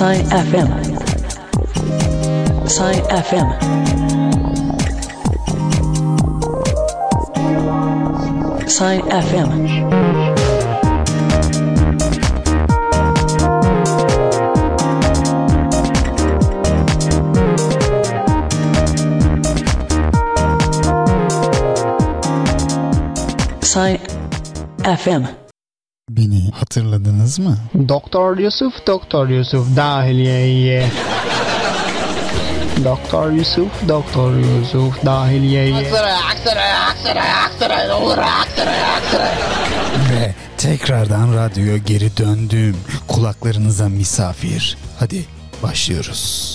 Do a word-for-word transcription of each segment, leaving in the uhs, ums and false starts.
Sign F M. Sign F M. Sign F M. Sign F M. Beni hatırladınız mı? Doktor Yusuf, Doktor Yusuf dahiliyeye. Doktor Yusuf, Doktor Yusuf dahiliyeye. Aksaray, Aksaray, Aksaray, Aksaray, ne olur Aksaray, Aksaray. Ve tekrardan radyoya geri döndüm. Kulaklarınıza misafir. Hadi başlıyoruz.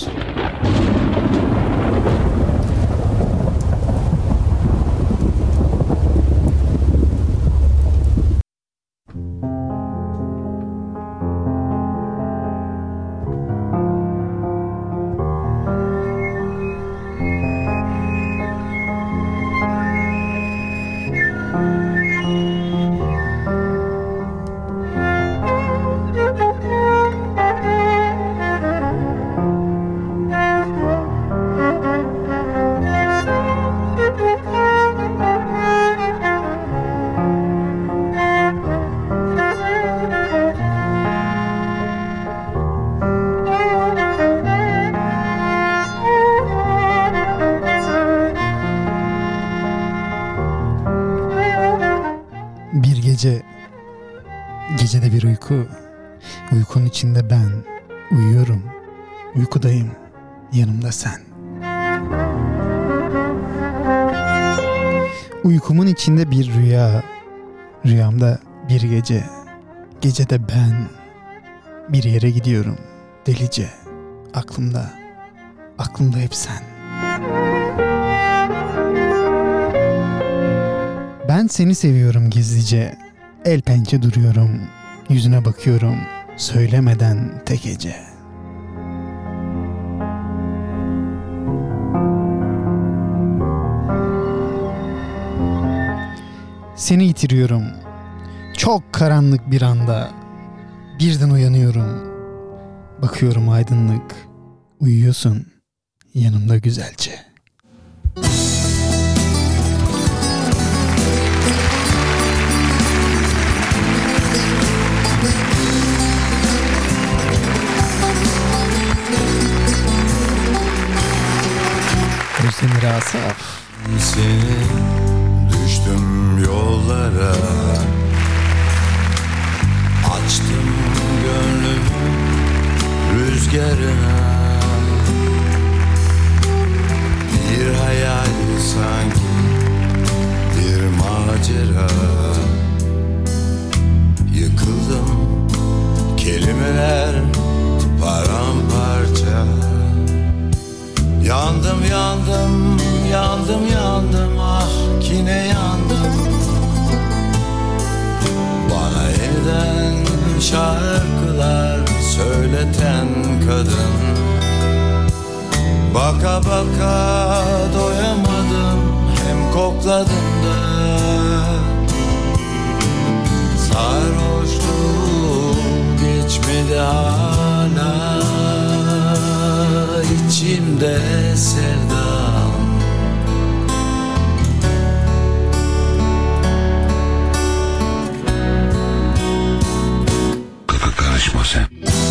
Gece, gecede bir uyku, uykunun içinde ben uyuyorum, uykudayım, yanımda sen. Uykumun içinde bir rüya, rüyamda bir gece, gecede ben bir yere gidiyorum, delice, aklımda, aklımda hep sen. Ben seni seviyorum gizlice, el pençe duruyorum, yüzüne bakıyorum, söylemeden tek hece. Seni yitiriyorum, çok karanlık bir anda, birden uyanıyorum, bakıyorum aydınlık, uyuyorsun yanımda güzelce. Özdemir Asaf. Seni düştüm yollara, açtım gönlümü rüzgarına. Bir hayal sanki, bir macera. Yıkıldım, kelimeler paramparça. Yandım yandım, yandım yandım, ah yine yandım. Bana yeniden şarkılar söyleten kadın. Baka baka doyamadım, hem kokladım da. Sarhoşluğum geçmedi hala. İçimde sevdam. Kaka karışma sen.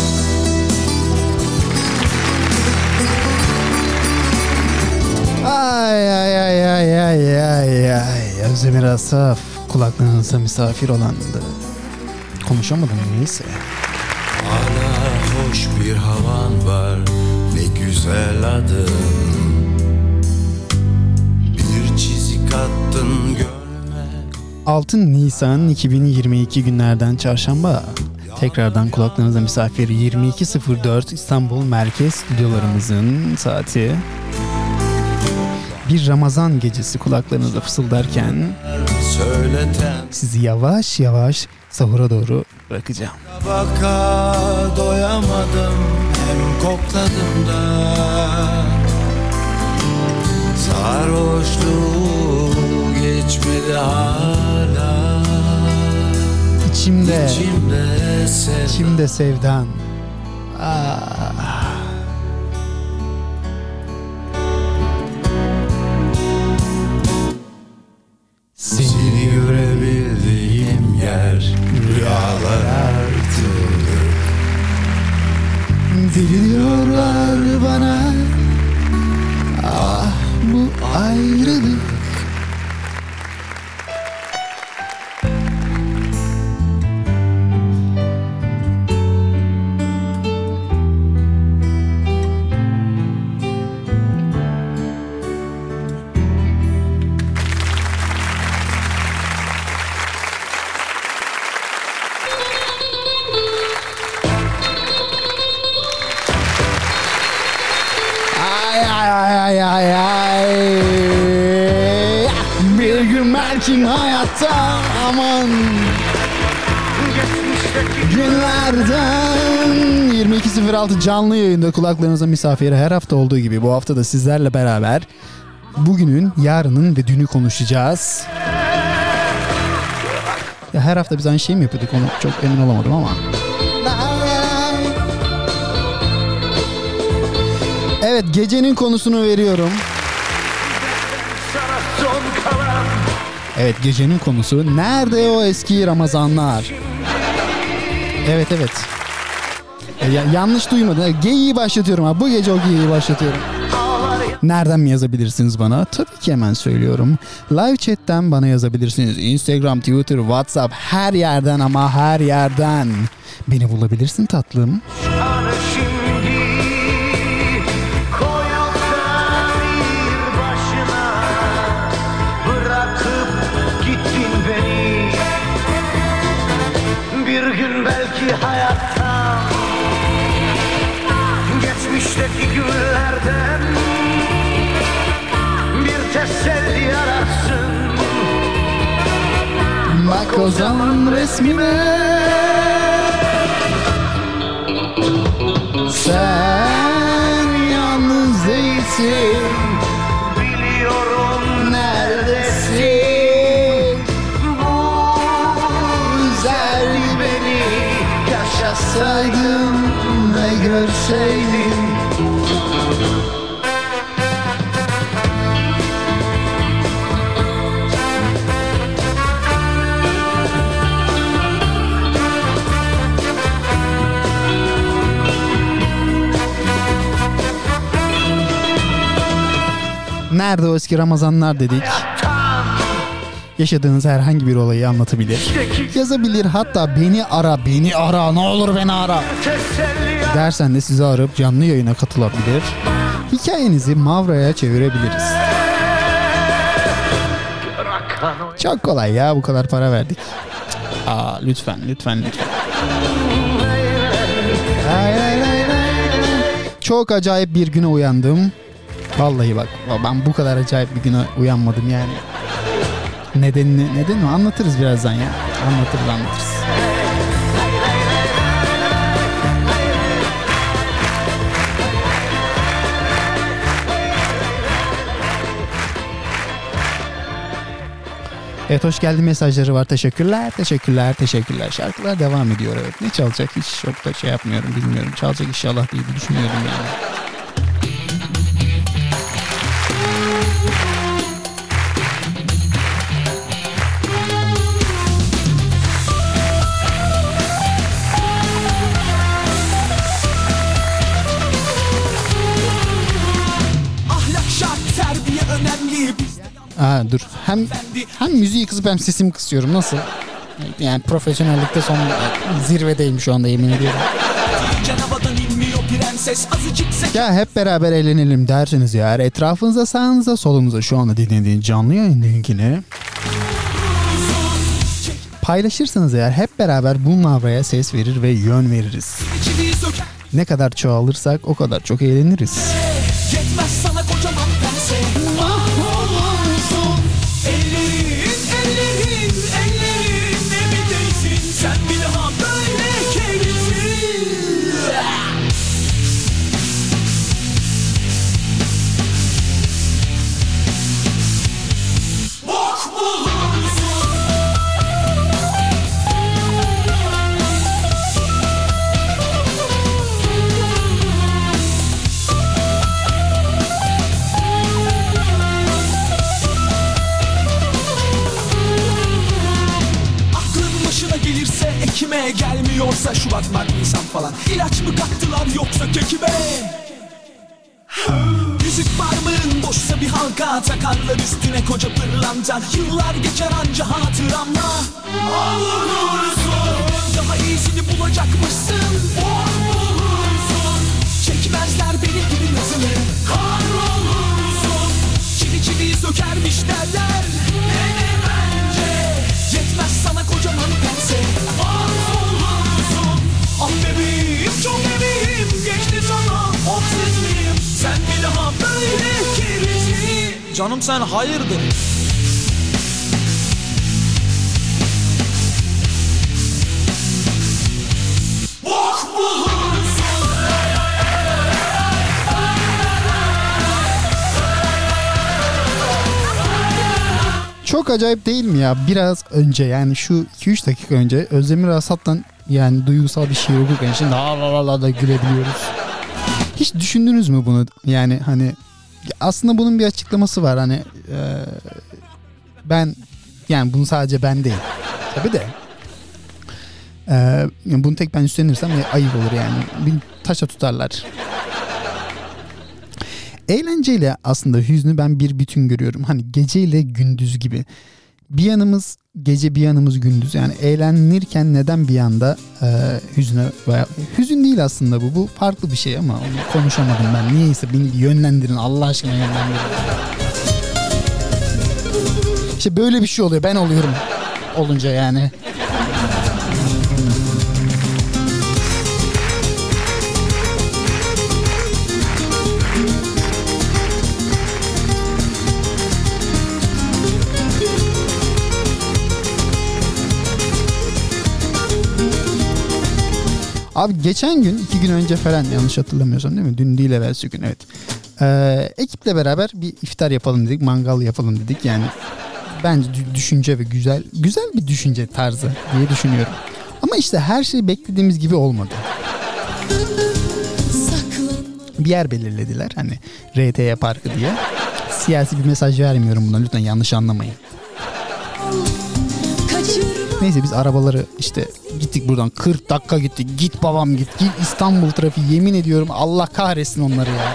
Ay ay ay ay ay ay ay. Özdemir Asaf, kulaklarınıza misafir olandı. Konuşamadım neyse. Hala hoş bir havan var, ne güzel adın. Bir çizik attın gönlüme. altı Nisan iki bin yirmi iki günlerden çarşamba. Tekrardan kulaklarınıza misafir yirmi iki sıfır dört İstanbul Merkez stüdyolarımızın saati. Bir Ramazan gecesi kulaklarınıza fısıldarken sizi yavaş yavaş sahura doğru bırakacağım. Baka doyamadım, hem kokladım da. Sarhoşluğu geçmedi hala. İçimde, İçimde sevdan. içimde sevdan. Ah. Seni görebildiğim yer rüyalar artık. Deli diyorlar bana, ah bu ayrılık. Ay ay ay. Bir gün belki hayatta aman günlerden yirmi iki sıfır altı canlı yayında kulaklarınıza misafiri her hafta olduğu gibi bu hafta da sizlerle beraber bugünün, yarının ve dünü konuşacağız. Ya her hafta biz aynı şey mi yapıyorduk, onu çok emin olamadım ama. Evet, gecenin konusunu veriyorum. Evet, gecenin konusu nerede o eski Ramazanlar? Evet evet. Ya, yanlış duymadın. Geyiği başlatıyorum abi. Bu gece o geyiği başlatıyorum. Nereden mi yazabilirsiniz bana? Tabii ki hemen söylüyorum. Live chat'ten bana yazabilirsiniz. Instagram, Twitter, WhatsApp, her yerden ama her yerden. Beni bulabilirsin tatlım. Hayattan, geçmişteki günlerden bir teselli ararsın. Bak o zaman resmine, sen yalnız değilsin, biliyorum neredesin? Yaşasaydım ve görseydim. Nerede o eski Ramazanlar dedik. Yaşadığınız herhangi bir olayı anlatabilir, yazabilir, hatta beni ara, beni ara, ne olur beni ara dersen de sizi arayıp canlı yayına katılabilir. Hikayenizi Mavra'ya çevirebiliriz. Çok kolay ya, bu kadar para verdik. Aa, lütfen lütfen lütfen. Çok acayip bir güne uyandım. Vallahi bak, ben bu kadar acayip bir güne uyanmadım yani. Nedenini, neden mi? Anlatırız birazdan ya. Anlatırız anlatırız. Evet, hoş geldin mesajları var. Teşekkürler, teşekkürler, teşekkürler. Şarkılar devam ediyor. Evet, ne çalacak hiç çok da şey yapmıyorum, bilmiyorum. Çalacak inşallah diye düşünüyorum yani. Aa, dur. Hem hem müziği kısıp hem sesimi kısıyorum. Nasıl? Yani profesyonellikte son zirvedeyim şu anda, yemin ediyorum. Ya hep beraber eğlenelim derseniz eğer, etrafınıza, sağınıza, solunuza şu anda dinlediğiniz canlı yayın linkini paylaşırsanız eğer, hep beraber bu Mavra'ya ses verir ve yön veririz. Ne kadar çoğalırsak o kadar çok eğleniriz. Yetmez sana kocaman pense. Mahvolursun. Ellerin, ellerin, ellerin ne biteysin. Sen bir daha böyle keyifsin. Bok bulursun. kime gelmiyorsa Şubat, Mart, Nisan falan. İlaç mı kattılar yoksa kekime? Yüzük parmağın boşsa bir halka takarlar üstüne koca pırlanta. Yıllar geçer anca hatıramla. Olursun, daha iyisini bulacakmışsın. Olursun, çekmezler benim gibi nazını. Kahrolursun, çivi çiviyi sökermiş derler. Dene bence, yetmez sana kocaman pense. Olursun, ah bebeğim çok bebeğim, geçti sana haksız mıyım? Sen bir daha böyle kerisi. Canım sen hayırdır? Bok bulursun. Çok acayip değil mi ya? Biraz önce yani şu iki üç dakika önce Özdemir Asat'tan yani duygusal bir şiir okurken şimdi la da gülebiliyoruz. Hiç düşündünüz mü bunu? Yani hani aslında bunun bir açıklaması var. Hani e, ben yani bunu sadece ben değil. Tabii de e, yani bunu tek ben üstlenirsem ayıp olur yani. Bir taşa tutarlar. Eğlenceyle aslında hüznü ben bir bütün görüyorum. Hani geceyle gündüz gibi. Bir yanımız gece, bir yanımız gündüz. Yani eğlenirken neden bir yanda e, hüzüne veya hüzün değil aslında bu. Bu farklı bir şey ama onu konuşamadım ben. Niyeyse beni yönlendirin, Allah aşkına yönlendirin. İşte böyle bir şey oluyor. Ben oluyorum olunca yani. Abi geçen gün, iki gün önce falan yanlış hatırlamıyorsam değil mi? Dün değil evvelsi gün, evet. Ee, ekiple beraber bir iftar yapalım dedik, mangal yapalım dedik. Yani bence düşünce ve güzel güzel bir düşünce tarzı diye düşünüyorum. Ama işte her şey beklediğimiz gibi olmadı. Bir yer belirlediler hani R T Y Parkı diye. Siyasi bir mesaj vermiyorum buna, lütfen yanlış anlamayın. Neyse biz arabaları işte gittik buradan kırk dakika gittik. Git babam git. Git İstanbul trafiği, yemin ediyorum Allah kahretsin onları ya.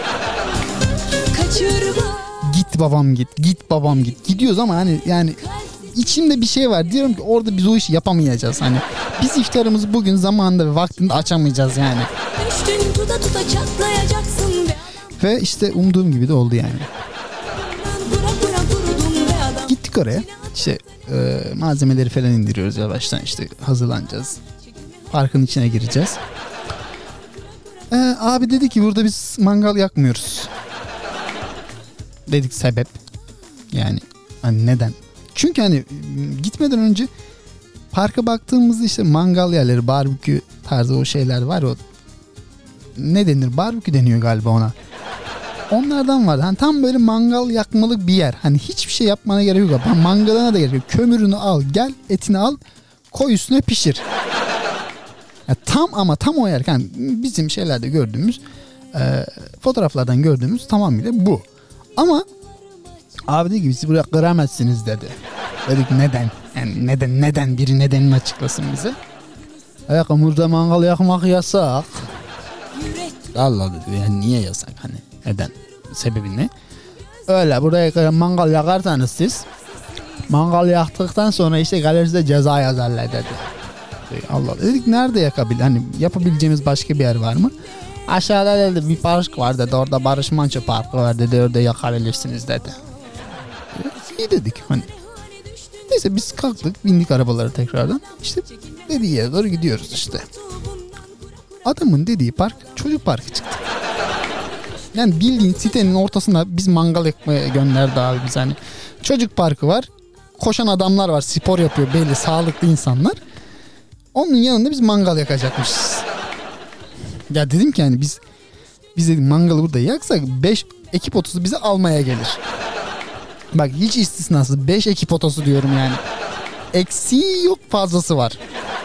Git babam git. Git babam git. Gidiyoruz ama hani yani içimde bir şey var. Diyorum ki orada biz o işi yapamayacağız. Hani biz iftarımızı bugün zamanında ve vaktinde açamayacağız yani. Tuta tuta ve işte umduğum gibi de oldu yani. Gittik oraya. İşte e, malzemeleri falan indiriyoruz yavaştan, işte hazırlanacağız. Parkın içine gireceğiz. E, abi dedi ki burada biz mangal yakmıyoruz. Dedik sebep. Yani hani neden? Çünkü hani gitmeden önce parka baktığımızda işte mangal yerleri, barbekü tarzı o şeyler var. O ne denir? Barbekü deniyor galiba ona. Onlardan vardı. Hani tam böyle mangal yakmalık bir yer. Hani hiçbir şey yapmana gerek yok. Mangalına da gerek yok. Kömürünü al, gel, etini al, koy üstüne pişir. Yani tam ama tam o yer. Yani bizim şeylerde gördüğümüz, e, fotoğraflardan gördüğümüz tamamıyla bu. Ama abi dedi ki bizi buraya kıramazsınız dedi. Dedik neden? Yani neden neden biri nedenini açıklasın bize. Ayak burada mangal yakmak yasak. Allah dedi. Yani niye yasak hani? Neden? Sebebi ne? Öyle buraya mangal yakarsanız siz, mangal yaktıktan sonra işte galeride ceza yazarlar dedi. Allah dedik nerede yakabilir? Hani yapabileceğimiz başka bir yer var mı? Aşağıda dedi bir park var dedi. Orada Barış Manço Parkı var dedi. Orada yakabilirsiniz dedi. İyi dedik hani. Neyse biz kalktık, bindik arabalara tekrardan. İşte dediği yere doğru gidiyoruz işte. Adamın dediği park çocuk parkı çıktı. Yani bildiğin sitenin ortasına biz mangal yakmaya gönderdi abi biz hani. Çocuk parkı var. Koşan adamlar var. Spor yapıyor belli, sağlıklı insanlar. Onun yanında biz mangal yakacakmışız. Ya dedim ki hani biz biz dedim mangalı burada yaksak beş ekip otosu bizi almaya gelir. Bak hiç istisnasız beş ekip otosu diyorum yani. Eksiği yok, fazlası var.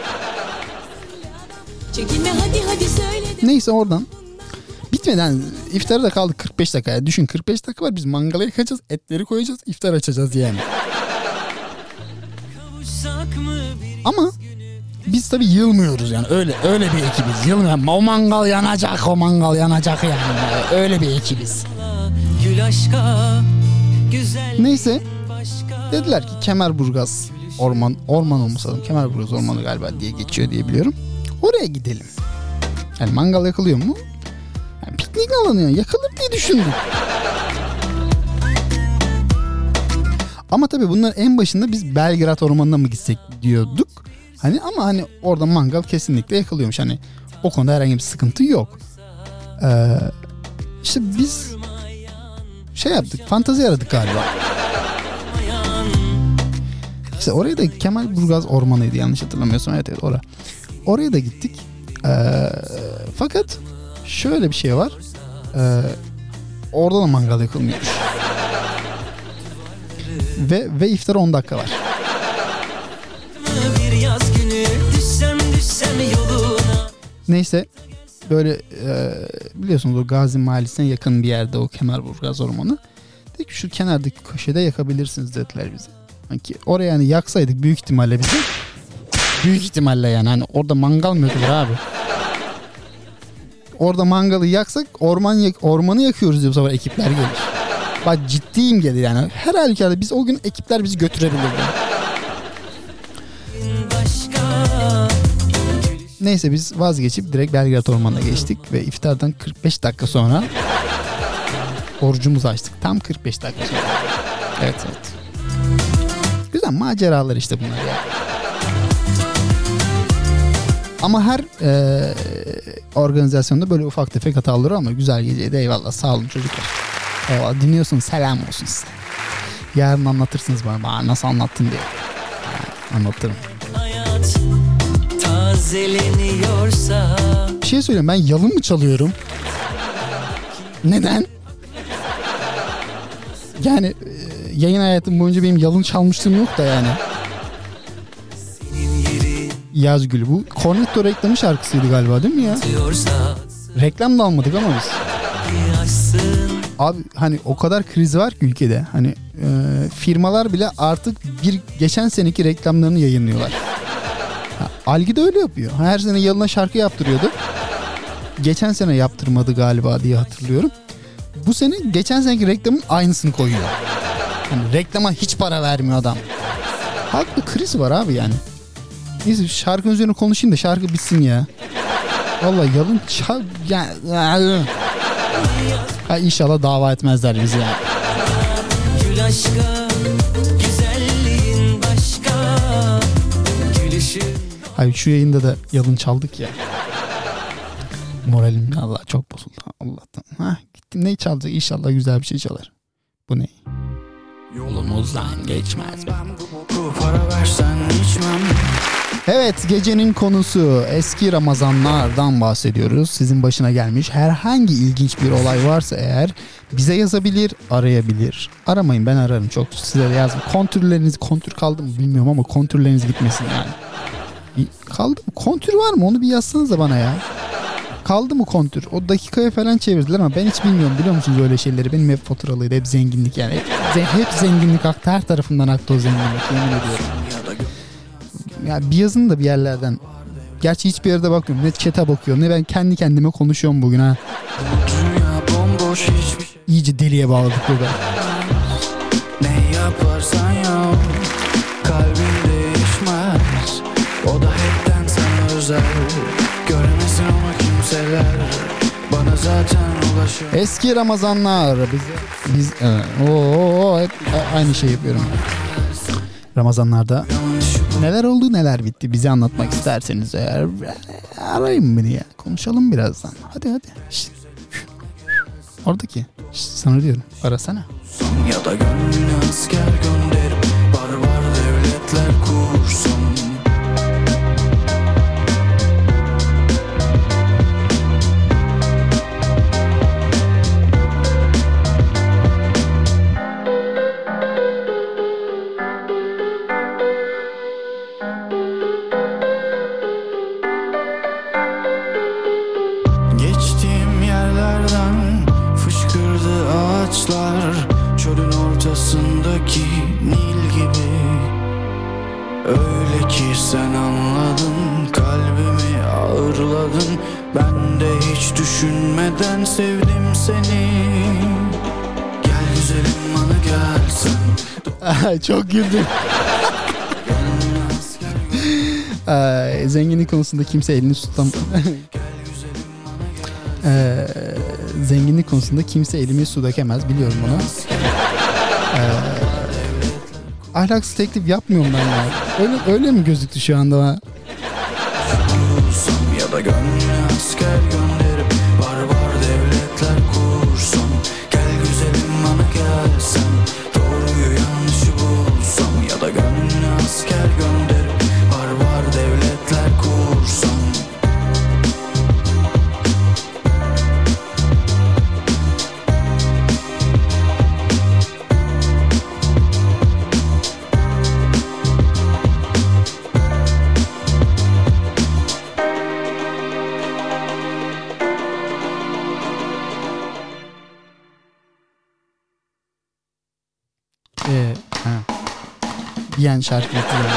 Çekinme, hadi hadi söyle. Neyse oradan bitmeden iftara da kaldı kırk beş dakika. Düşün kırk beş dakika var, biz mangala yakacağız, etleri koyacağız, iftar açacağız yani. Ama biz tabii yılmıyoruz yani. Öyle öyle bir ekibiz. Yılmıyor. O mangal yanacak, o mangal yanacak yani. Öyle bir ekibiz. Neyse. Dediler ki Kemerburgaz orman orman olması lazım. Kemerburgaz ormanı galiba diye geçiyor diye biliyorum. Oraya gidelim. Yani mangal yakılıyor mu? Yani piknik alanı yani yakılır diye düşündük. Ama tabii bunların en başında biz Belgrad Ormanı'na mı gitsek diyorduk. Hani ama hani orada mangal kesinlikle yakılıyormuş. Hani o konuda herhangi bir sıkıntı yok. Ee, işte biz şey yaptık, fantezi aradık galiba. İşte oraya da Kemerburgaz Ormanı'ydı yanlış hatırlamıyorsam. Evet evet oraya. Oraya da gittik. Ee, fakat şöyle bir şey var. Ee, orada da mangal yakılmıyormuş. Ve, ve iftar on dakika var. Neyse böyle e, biliyorsunuz o Gazi Mahallesi'ne yakın bir yerde o Kemerburgaz Ormanı. Dedik şu kenardaki köşede yakabilirsiniz dediler bize. Sanki oraya yani yaksaydık büyük ihtimalle bize. Büyük ihtimalle yani hani orada mangal mı yakılır abi? Orada mangalı yaksak orman yak, ormanı yakıyoruz diye bu sefer ekipler gelir. Bak ciddiyim gelir yani. Her halükarda biz o gün ekipler bizi götürebilirdi. Neyse biz vazgeçip direkt Belgrad Ormanı'na geçtik ve iftardan kırk beş dakika sonra orucumuzu açtık. Tam kırk beş dakika sonra. Evet evet. Güzel maceralar işte bunlar ya. Ama her e, organizasyonda böyle ufak tefek hatalar olur ama güzel geceydi. Eyvallah sağ olun çocuklar. Eyvallah dinliyorsunuz selam olsun size. Yarın anlatırsınız bana, bana nasıl anlattın diye. Yani anlatırım. Bir şey söyleyeyim ben yalın mı çalıyorum? Neden? Yani e, yayın hayatım boyunca benim yalın çalmışlığım yok da yani. Yaz Gülü bu Cornetto reklamı şarkısıydı galiba değil mi ya? Reklam da almadık ama biz. Abi hani o kadar kriz var ki ülkede. Hani e, firmalar bile artık bir geçen seneki reklamlarını yayınlıyorlar. Ha, Algi de öyle yapıyor. Her sene yalına şarkı yaptırıyordu. Geçen sene yaptırmadı galiba diye hatırlıyorum. Bu sene geçen seneki reklamın aynısını koyuyor. Hani reklama hiç para vermiyor adam. Haklı kriz var abi yani. Neyse şarkının üzerine konuşayım da şarkı bitsin ya. Vallahi yalın çal... Yani... Ha, inşallah dava etmezler bizi yani. Gül aşka, güzelliğin başka, gülüşün... Hayır şu yayında da yalın çaldık ya. Moralim Allah çok bozuldu Allah'tan. Ha, gittim ne çalacak inşallah güzel bir şey çalar. Bu ne? Yolumuzdan geçmez be. Para versen içmem. Evet gecenin konusu eski Ramazanlardan bahsediyoruz. Sizin başına gelmiş herhangi ilginç bir olay varsa eğer bize yazabilir, arayabilir. Aramayın ben ararım çok size de yazmayın. Kontürleriniz kontür kaldı mı bilmiyorum ama kontürleriniz gitmesin yani. Kaldı mı? Kontür var mı? Onu bir yazsanız da bana ya. Kaldı mı kontür? O dakikaya falan çevirdiler ama ben hiç bilmiyorum biliyor musunuz öyle şeyleri. Benim hep faturalıydı, hep zenginlik yani. Hep, hep zenginlik aktı, her tarafından aktı o zenginlik yemin ediyorum. Ya bir yazın da bir yerlerden. Gerçi hiçbir yerde bakmıyorum. Ne chat'e bakıyorum ne ben kendi kendime konuşuyorum bugün ha. İyice deliye bağladık burada. Ne yaparsan yap kalbin değişmez. O da hepten sana özel. Göremesin ama kimseler bana zaten ulaşıyor. Eski Ramazanlar biz biz evet. Oo hep aynı şey yapıyorum. Ramazanlarda neler oldu neler bitti bize anlatmak isterseniz eğer arayın beni ya konuşalım birazdan. Hadi hadi. Şişt. Oradaki Şişt, sana diyorum arasana. Ya da gönlüne asker gönderip barbar devletler kursun. Çölün ortasındaki Nil gibi öyle ki yakaladın. Ben de hiç düşünmeden sevdim seni. Gel güzelim bana gelsin. Çok güldüm. Ee, zenginlik konusunda kimse elini tutam. ee, zenginlik konusunda kimse elimi su dökemez, biliyorum bunu. Ee, ahlaksız teklif yapmıyorum ben ya. Öyle öyle mi gözüktü şu anda bana? Ya da gönlüne asker gönderip barbar devletler kursun. Gel güzelim bana gelsin. Doğruyu yanlışı bulsam. Ya da gönlüne asker gönderip barbar devletler kursun. Ee, ha. Diyen şarkı yapıyor.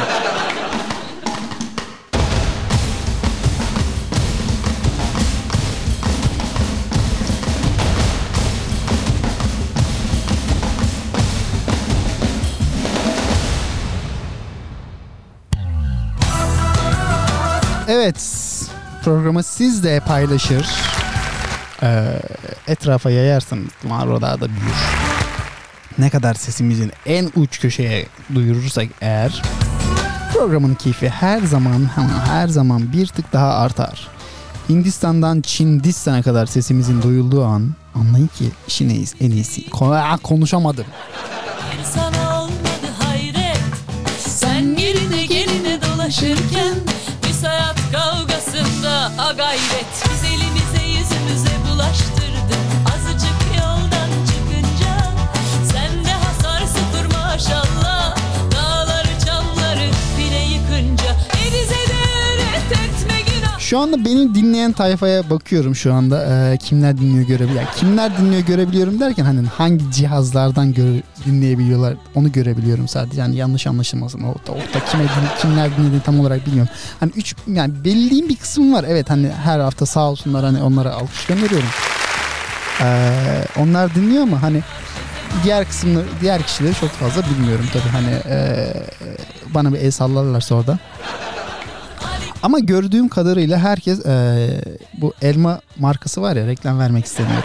Evet, programı siz de paylaşır, ee, etrafa yayarsanız mağaralarda büyür. Ne kadar sesimizin en uç köşeye duyurursak eğer, programın keyfi her zaman her zaman bir tık daha artar. Hindistan'dan Çindistan'a kadar sesimizin duyulduğu an anlayın ki işin en iyisi. Konuşamadım. Sana olmadı hayret. Sen geline geline dolaşırken biz hayat kavgasında a gayret. Biz elimize yüzümüze bulaştırdık. Azıcık yoldan çıkınca sende hasar sıfır maşallah. Dağları camları bile yıkınca e bize dert etme günah. Şu anda beni dinleyen tayfaya bakıyorum şu anda. Ee, kimler dinliyor görebiliyor. Yani kimler dinliyor görebiliyorum derken hani hangi cihazlardan gö- dinleyebiliyorlar onu görebiliyorum sadece. Yani yanlış anlaşılmasın. Orada, orada kime din- kimler dinlediğini tam olarak bilmiyorum. Hani üç yani bildiğim bir kısım var. Evet hani her hafta sağ olsunlar hani onlara alkış gönderiyorum. Ee, onlar dinliyor ama hani diğer kısımları, diğer kişileri çok fazla bilmiyorum tabii. Hani e, bana bir el sallarlarsa orada. Ama gördüğüm kadarıyla herkes e, bu elma markası var ya, reklam vermek istemiyorum.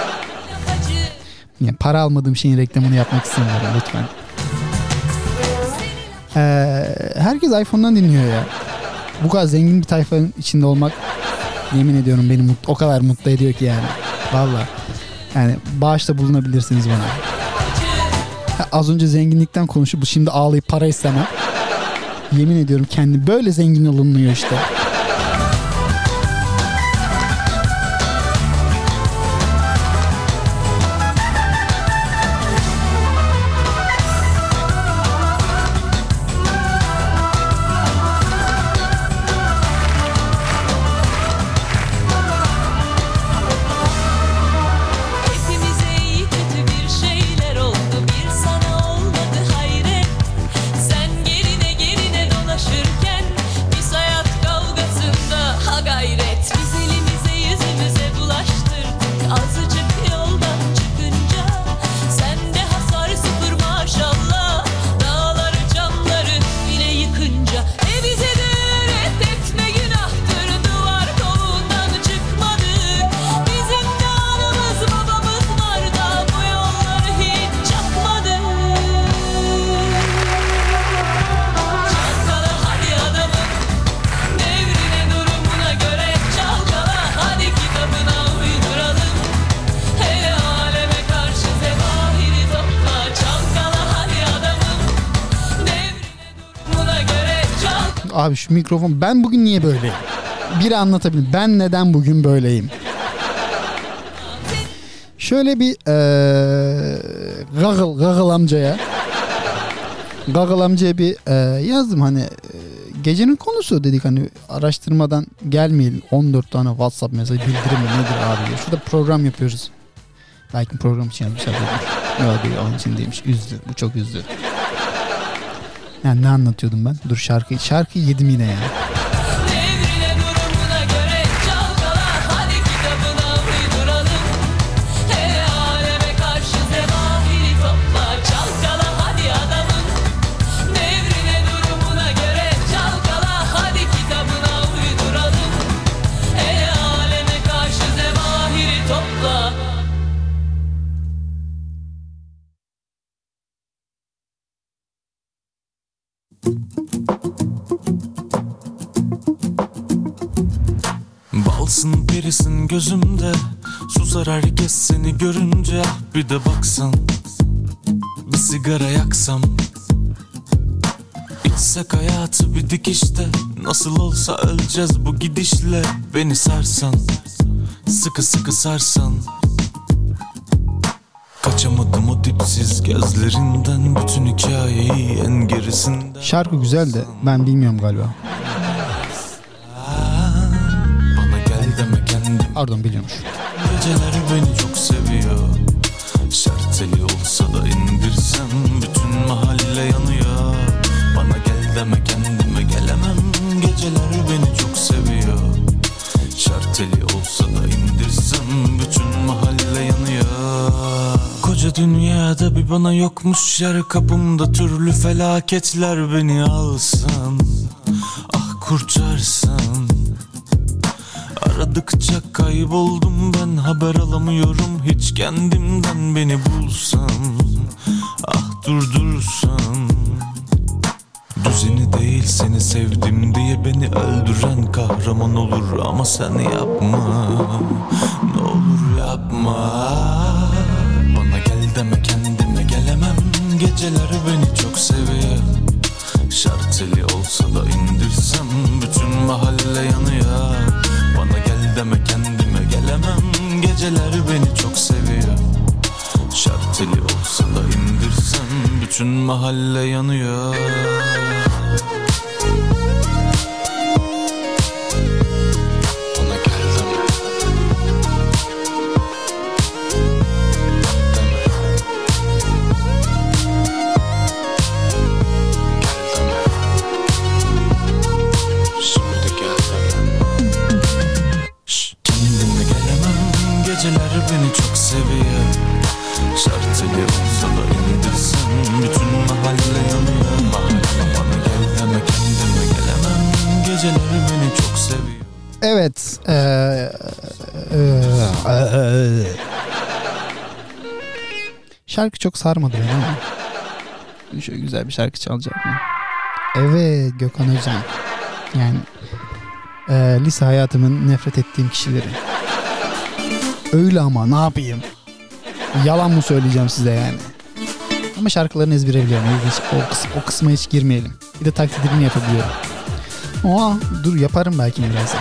Yani para almadığım şeyin reklamını yapmak istemiyorum lütfen. E, herkes iPhone'dan dinliyor ya. Bu kadar zengin bir tayfanın içinde olmak yemin ediyorum beni mutlu, o kadar mutlu ediyor ki yani. Vallahi. Yani bağışta bulunabilirsiniz bana. Ha, az önce zenginlikten konuşup şimdi ağlayıp para istemem. Yemin ediyorum kendi böyle zengin olunuyor işte. Abi şu mikrofon, ben bugün niye böyleyim? Biri anlatabilir. Ben neden bugün böyleyim? Şöyle bir ee, Gagıl, Gagıl amcaya Gagıl amcaya bir ee, yazdım hani e, gecenin konusu dedik hani araştırmadan gelmeyelim. on dört tane WhatsApp mesajı bildirim nedir abi diye. Şurada program yapıyoruz. Belki program için yazmış abi. Yok değil, onun için değilmiş. Üzdü. Bu çok üzdü. Yani ne anlatıyordum ben? Dur şarkıyı şarkıyı yedim yine ya. Masalsın perisin gözümde, susar herkes seni görünce. Ah bir de baksan, bir sigara yaksam, İçsek hayatı bir dikişte, nasıl olsa öleceğiz bu gidişle. Beni sarsan, sıkı sıkı sarsan, kaçamadım o dipsiz gözlerinden, bütün hikayeyi en gerisinden. Şarkı güzel de ben bilmiyorum galiba. Bana gel deme kendim. Pardon, biliyormuş. Geceler beni çok seviyor, şarteli olsa da indirsem, bütün mahalle yanıyor. Bana gel deme kendime gelemem, geceler beni çok seviyor, şarteli olsa da indirsem, bütün mahalle yanıyor. Koca dünyada bir bana yokmuş yer, kapımda türlü felaketler beni alsan, ah kurtarsın. Aradıkça kayboldum ben, haber alamıyorum hiç kendimden. Beni bulsam, ah durdursan. Düzeni değil seni sevdim diye beni öldüren kahraman olur, ama sen yapma, ne olur yapma. Bana gel deme kendime gelemem, geceler beni çok seviyor, şarteli olsa da indirsem, bütün mahalle yanıyor. Bana gel deme kendime gelemem, geceler beni çok seviyor, şarteli olsa da indirsem, bütün mahalle yanıyor. Geceler beni çok seviyor, şarteli olsa da indirsem, bütün mahalle yanıyor. Bana gel deme kendime gelemem, geceler beni çok seviyor. Evet. Ee, e, e, şarkı çok sarmadı beni ama şöyle güzel bir şarkı çalacak mı? Evet, Gökhan Özen. Yani e, lise hayatımın nefret ettiğim kişileri. Öyle ama ne yapayım? Yalan mı söyleyeceğim size yani? Ama şarkılarını ezbere biliyorum. O, kıs- o kısma hiç girmeyelim. Bir de taklidini yapabiliyorum. Aa, dur yaparım belki birazdan.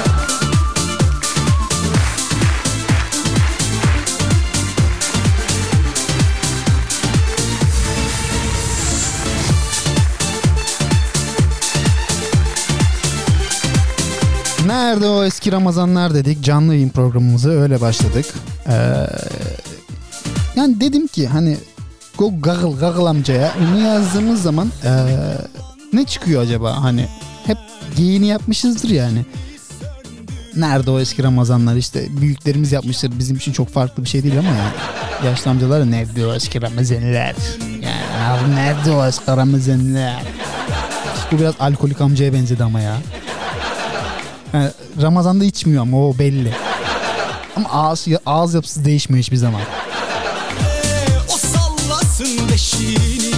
Nerede o eski Ramazanlar dedik. Canlı yayın programımızı öyle başladık. Ee, yani dedim ki hani o gagıl gagıl amcaya onu yazdığımız zaman ee, ne çıkıyor acaba? Hani hep geyini yapmışızdır yani. Nerede o eski Ramazanlar, işte büyüklerimiz yapmıştır. Bizim için çok farklı bir şey değil ama yani. Yaşlı amcalar nerede o eski Ramazanlar? Yani abi nerede o eski Ramazanlar? Bu biraz alkolik amcaya benzedi ama ya. Yani Ramazan'da içmiyor ama o belli. Ama ağız, ağız yapısı değişmiyor hiçbir zaman. O sallasın beşini.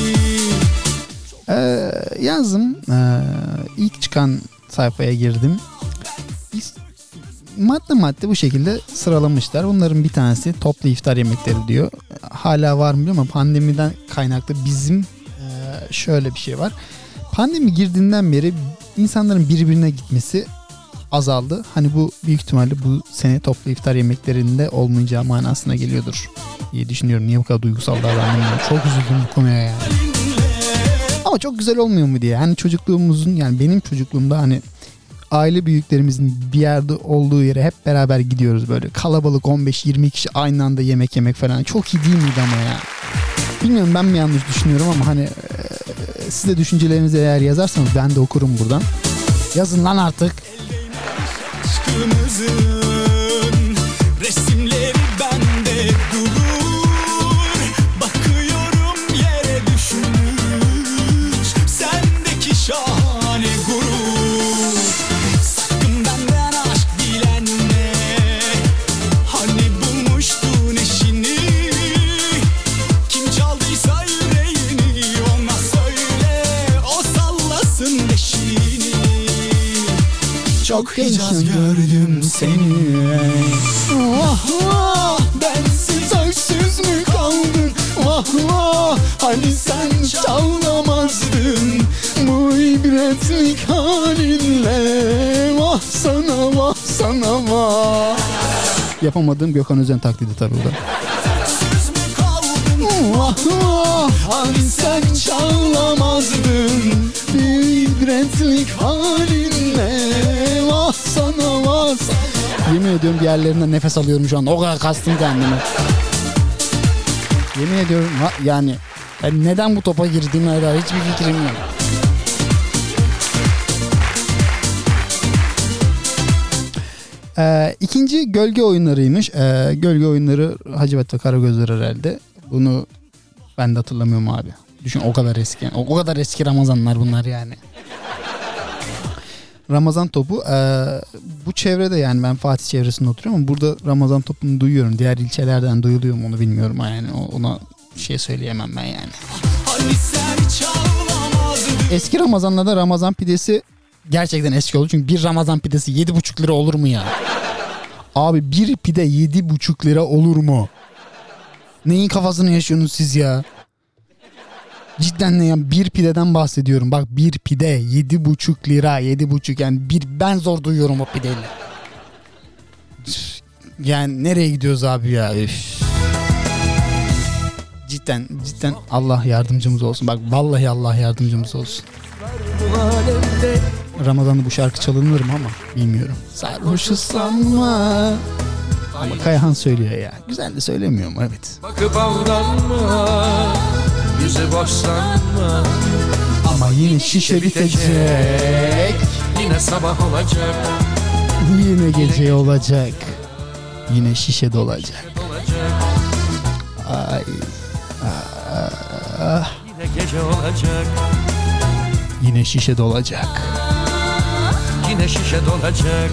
Ee, yazdım. Ee, ilk çıkan sayfaya girdim. Madde madde bu şekilde sıralamışlar. Bunların bir tanesi toplu iftar yemekleri diyor. Hala var mı bilmiyorum ama pandemiden kaynaklı bizim e, şöyle bir şey var. Pandemi girdiğinden beri insanların birbirine gitmesi azaldı. Hani bu büyük ihtimalle bu sene toplu iftar yemeklerinde olmayacağı manasına geliyordur diye düşünüyorum. Niye bu kadar duygusal davrandım? Çok üzüldüm bu konuya yani. Ama çok güzel olmuyor mu diye. Hani çocukluğumuzun, yani benim çocukluğumda hani aile büyüklerimizin bir yerde olduğu yere hep beraber gidiyoruz böyle. Kalabalık on beş yirmi kişi aynı anda yemek yemek falan. Çok iyi değil miydi ama ya? Bilmiyorum, ben mi yanlış düşünüyorum ama hani e, siz de düşüncelerinizi eğer yazarsanız ben de okurum buradan. Yazın lan artık. Aşkımızın resimleri bende durur. Bakıyorum yere düşmüş sendeki şahane gurur. Sakın benden aşk dilenme, hani bulmuştun eşini. Kim çaldıysa yüreğini ona söyle, o sallasın beşini. Çok Hicaz gördüm seni. Vah vah, bensiz öksüz mü kaldın? Vah vah, hani sen çalamazdın bu ibretlik halinle. Vah sana, vah sana, vah. Yapamadığım Gökhan Özen taklidi tabii o da. Vah vah, hani sen çalamazdın bir ibretlik halinle. Vah sana, vah sana. Yemin ediyorum bir yerlerinden nefes alıyorum şu an. O kadar kastım kendimi. Yemin ediyorum yani, yani neden bu topa girdiğime dair hiçbir fikrim yok. Ee, ikinci gölge oyunlarıymış. Ee, gölge oyunları Hacivat ve Karagözler herhalde. Bunu ben de hatırlamıyorum abi. Düşün, o kadar eski. O, o kadar eski Ramazanlar bunlar yani. Ramazan topu. Ee, bu çevrede, yani ben Fatih çevresinde oturuyorum ama burada Ramazan topunu duyuyorum. Diğer ilçelerden duyuluyor mu onu bilmiyorum yani. Ona bir şey söyleyemem ben yani. Eski Ramazanlarda Ramazan pidesi gerçekten eski oldu. Çünkü bir Ramazan pidesi yedi buçuk lira olur mu ya? Abi bir pide yedi buçuk lira olur mu? Neyin kafasını yaşıyorsunuz siz ya? Cidden ne ya? Bir pideden bahsediyorum. Bak bir pide yedi buçuk lira. Yedi buçuk yani bir, ben zor duyuyorum o pideyle. Yani nereye gidiyoruz abi ya? Üf. Cidden cidden Allah yardımcımız olsun. Bak vallahi Allah yardımcımız olsun. Ramazan'da bu şarkı çalınır mı ama bilmiyorum. Sarhoşu sanma. Ama Kayahan söylüyor ya. Güzel de söylemiyor mu? Evet. Bakıp aldanma, yüzü boş sanma. Ama yine şişe bitecek. Yine sabah olacak. Yine gece olacak. Yine şişe dolacak. Ay. Ah. Yine gece olacak. Yine şişe dolacak. Yine şişe dolacak.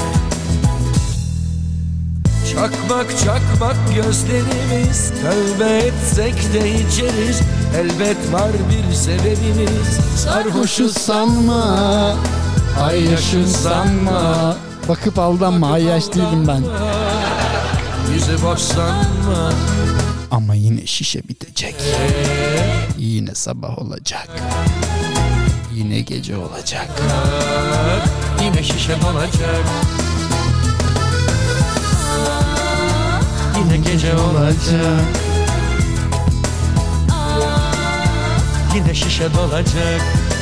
Çakmak çakmak gözlerimiz, tövbe etsek de içeriz. Elbet var bir sebebimiz. Sarhoşuz sanma, ay yaşın sanma. Bakıp aldanma, ay yaş değilim ben. Yüzü boş sanma. Ama yine şişe bitecek. Yine sabah olacak. Yine gece olacak. Yine şişe dolacak. Yine gece olacak. Yine şişe dolacak.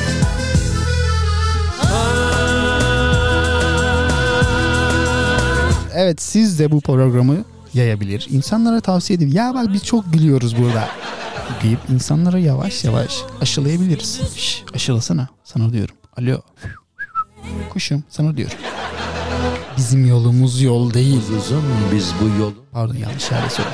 Evet, siz de bu programı yayabilir. İnsanlara tavsiye edin. Ya bak biz çok gülüyoruz burada deyip insanlara yavaş yavaş aşılayabiliriz. Şş, aşılasana. Sana diyorum. Alo. Kuşum sana diyorum. Bizim yolumuz yol değil. Uzun biz bu yol. Pardon, yanlış yerde söyledik.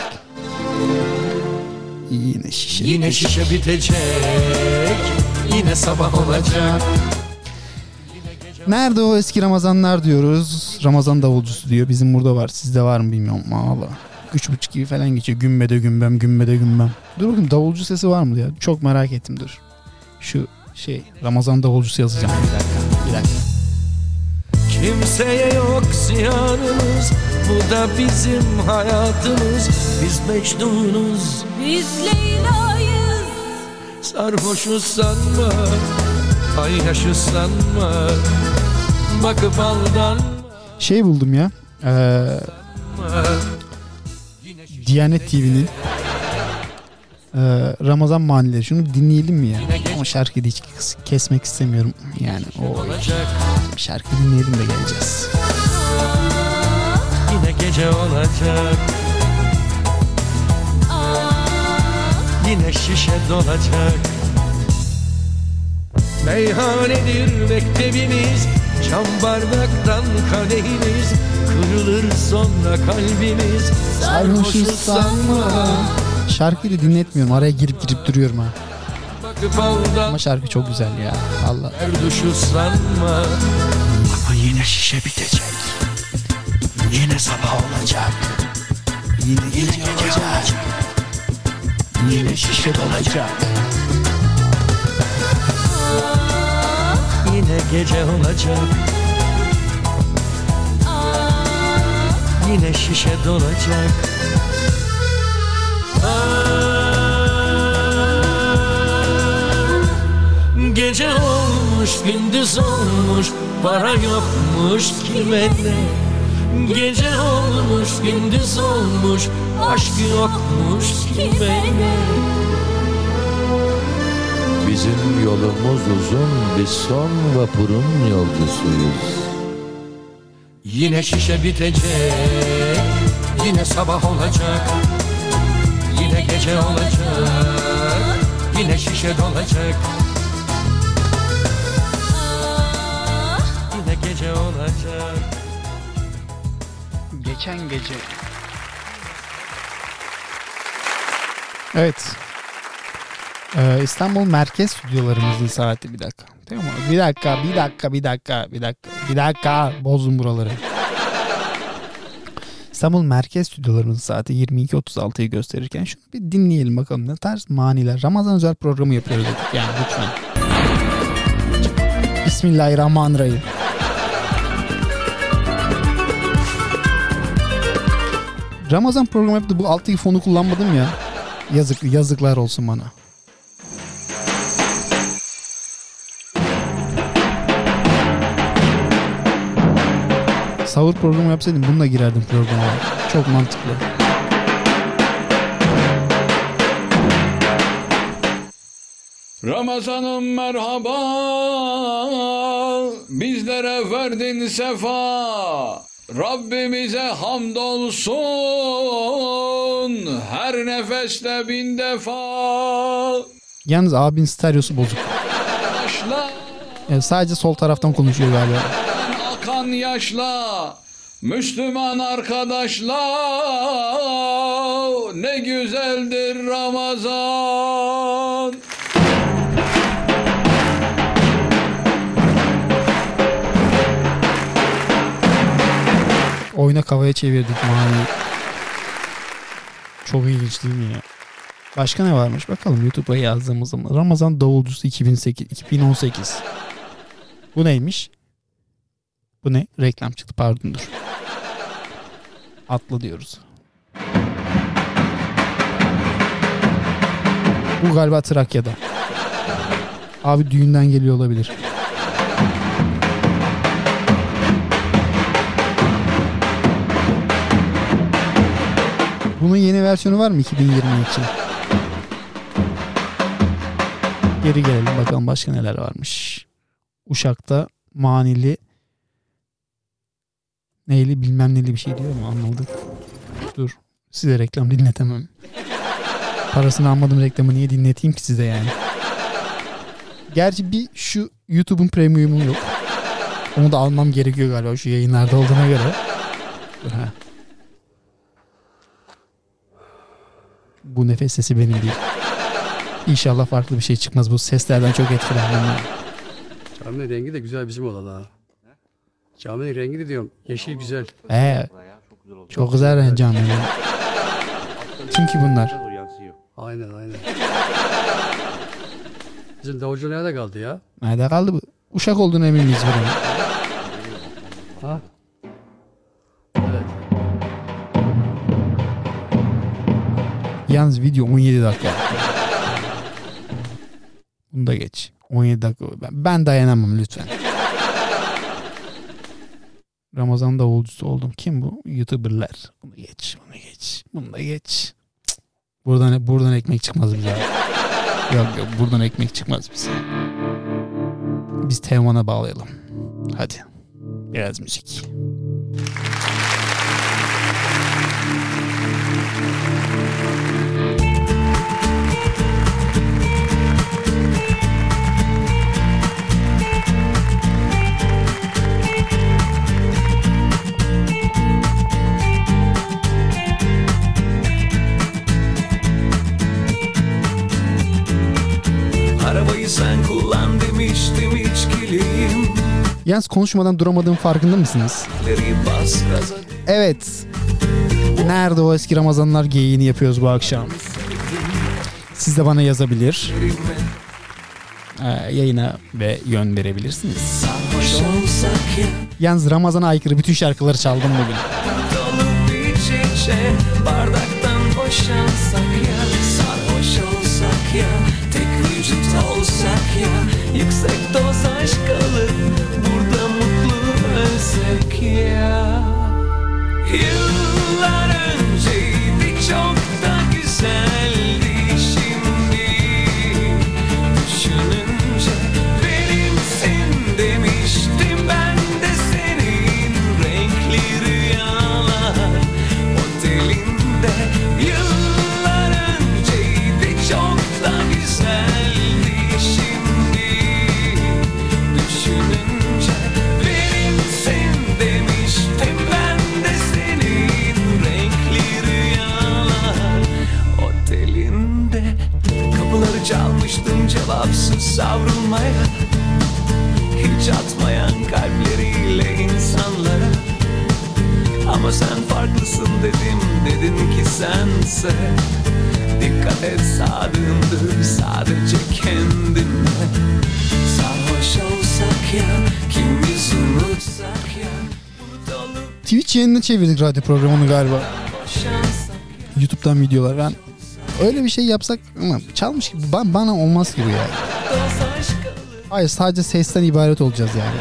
Yine şişe. Yine şişe bitecek. Yine sabah olacak. Nerede o eski Ramazanlar diyoruz. Ramazan davulcusu diyor. Bizim burada var. Sizde var mı bilmiyorum. Valla. Üç buçuk gibi falan geçiyor. Gümbede gümbem, gümbede gümbem. Dur bakayım, davulcu sesi var mı diye. Çok merak ettim, dur. Şu şey Ramazan davulcusu yazacağım. Bir dakika. Bir dakika. Kimseye yok ziyanımız, bu da bizim hayatımız. Biz Mecnun'uz, Biz Leyla'yız. sarhoşuz sanma, paylaşız sanma. Bakıp aldanma. Şey buldum ya. Ee, Diyanet T V'nin ee, Ramazan manileri. Şunu dinleyelim mi ya? Ama şarkıyı da hiç kesmek istemiyorum. Yani o şarkı dinleyelim de geleceğiz. Yine gece olacak. Yine şişe dolacak. Meyhanedir mektebimiz, cam bardaktan kadehimiz. Kırılır sonra kalbimiz, sarhoşuz sanma. Şarkıyı da dinletmiyorum. Araya girip girip duruyorum ha. Ama şarkı çok güzel ya. Allah. Erduşu sanma. Ama yine şişe bitecek. Yine sabah olacak. Yine gece olacak. Yine şişe dolacak. Yine gece olacak. yine şişe dolacak. Gece olmuş, gündüz olmuş, para yokmuş kimede. Gece olmuş, gündüz olmuş, aşk yokmuş kimede. Bizim yolumuz uzun, biz son vapurun yolcusuyuz. Yine şişe bitecek, yine sabah olacak, yine gece olacak, yine şişe dolacak. Gece olacak. Geçen gece. Evet. Ee, İstanbul Merkez Stüdyolarımızın saati bir dakika. Tamam mı? Bir dakika, bir dakika, bir dakika, bir dakika, bir dakika. Bozdum buraları. İstanbul Merkez Stüdyolarımızın saati yirmi iki otuz altıyı gösterirken şunu bir dinleyelim bakalım ne tarz maniler. Ramazan özel programı yapıyoruz dedik yani lütfen. Bismillahirrahmanirrahim. Ramazan programı yaptı. Bu alttaki fonu kullanmadım ya. Yazık, yazıklar olsun bana. Sahur programı yapsaydım bununla girerdim programa. Çok mantıklı. Ramazanım merhaba, bizlere verdin sefa. Rabbimize hamdolsun, her nefeste bin defa. Yalnız abinin stereosu bozuk. Yani sadece sol taraftan konuşuyor galiba. Akan yaşla, Müslüman arkadaşlar, ne güzeldir Ramazan. Oyuna kavaya çevirdik mavi. Çok ilginç değil mi ya? Başka ne varmış? Bakalım YouTube'a yazdığımız zaman. Ramazan Davulcusu iki bin sekiz, iki bin on sekiz. Bu neymiş? Bu ne? Reklam çıktı. Pardon dur. Atla diyoruz. Bu galiba Trakya'da. Abi düğünden geliyor olabilir. Bunun yeni versiyonu var mı iki bin yirmi iki? Geri gelelim bakalım başka neler varmış. Uşak'ta manili neyli bilmem neli bir şey diyor mu anlamadım. Dur size reklam dinletemem. Parasını almadım reklamı niye dinleteyim ki size yani. Gerçi bir şu YouTube'un premium'u yok. Onu da almam gerekiyor galiba şu yayınlarda olduğuna göre. Dur ha. Bu nefes sesi benim değil. İnşallah farklı bir şey çıkmaz. Bu seslerden çok etkilendim ben. Caminin rengi de güzel bizim olan ha. Caminin rengi de diyorum. Yeşil güzel. Ee, çok güzel renk cami. Kim ki bunlar? Aynen aynen. Bizim davulcu nerede kaldı ya? Nerede kaldı bu? Uşak olduğunu emin miyiz buranın? Ha? Evet. Yalnız video on yedi dakika. Bunu da geç. on yedi dakika. Ben, ben dayanamam lütfen. Ramazan davulcusu oldum. Kim bu? YouTuber'lar. Bunu geç. Bunu geç. Bunu da geç. Cık. Buradan buradan ekmek çıkmaz bize. Yok yok buradan ekmek çıkmaz bize. Biz Teoman'a bağlayalım. Hadi. Biraz müzik. Arabayı sen kullan demiştim içkiliyim. Yalnız konuşmadan duramadığım farkında mısınız? Evet. Nerede o eski Ramazanlar geyiğini yapıyoruz bu akşam. Siz de bana yazabilir. Ee, yayına ve yön verebilirsiniz. Yalnız Ramazan'a aykırı bütün şarkıları çaldım bugün. şişe bardaktan boşansak ya, sarhoş olsak ya, tek vücut olsak ya, yüksek doz aşk alıp burada mutlu ölsek ya. Yıllar önceydi, çok da güzeldi şimdi. Düşününce benimsin demiştim ben de senin renkli rüyalar otelinde. Yıllar önceydi, çok da güzeldi şimdi. Düşününce benimsin demiştim ben de senin renkli rüyalar otelinde. Kapıları çalmıştım cevapsız savrulmaya, hiç atmayan kalpleriyle insanlara. Ama sen farklısın dedim, dedin ki sense dikkat et, sadığındır sadece kendine. Sarhoş olsak ya, kimiz unutsak ya, Twitch yayınına çevirdik radyo programını galiba. YouTube'dan videolar. Ben öyle bir şey yapsak ama çalmış gibi ben, bana olmaz gibi ya. Hayır, sadece sesten ibaret olacağız yani.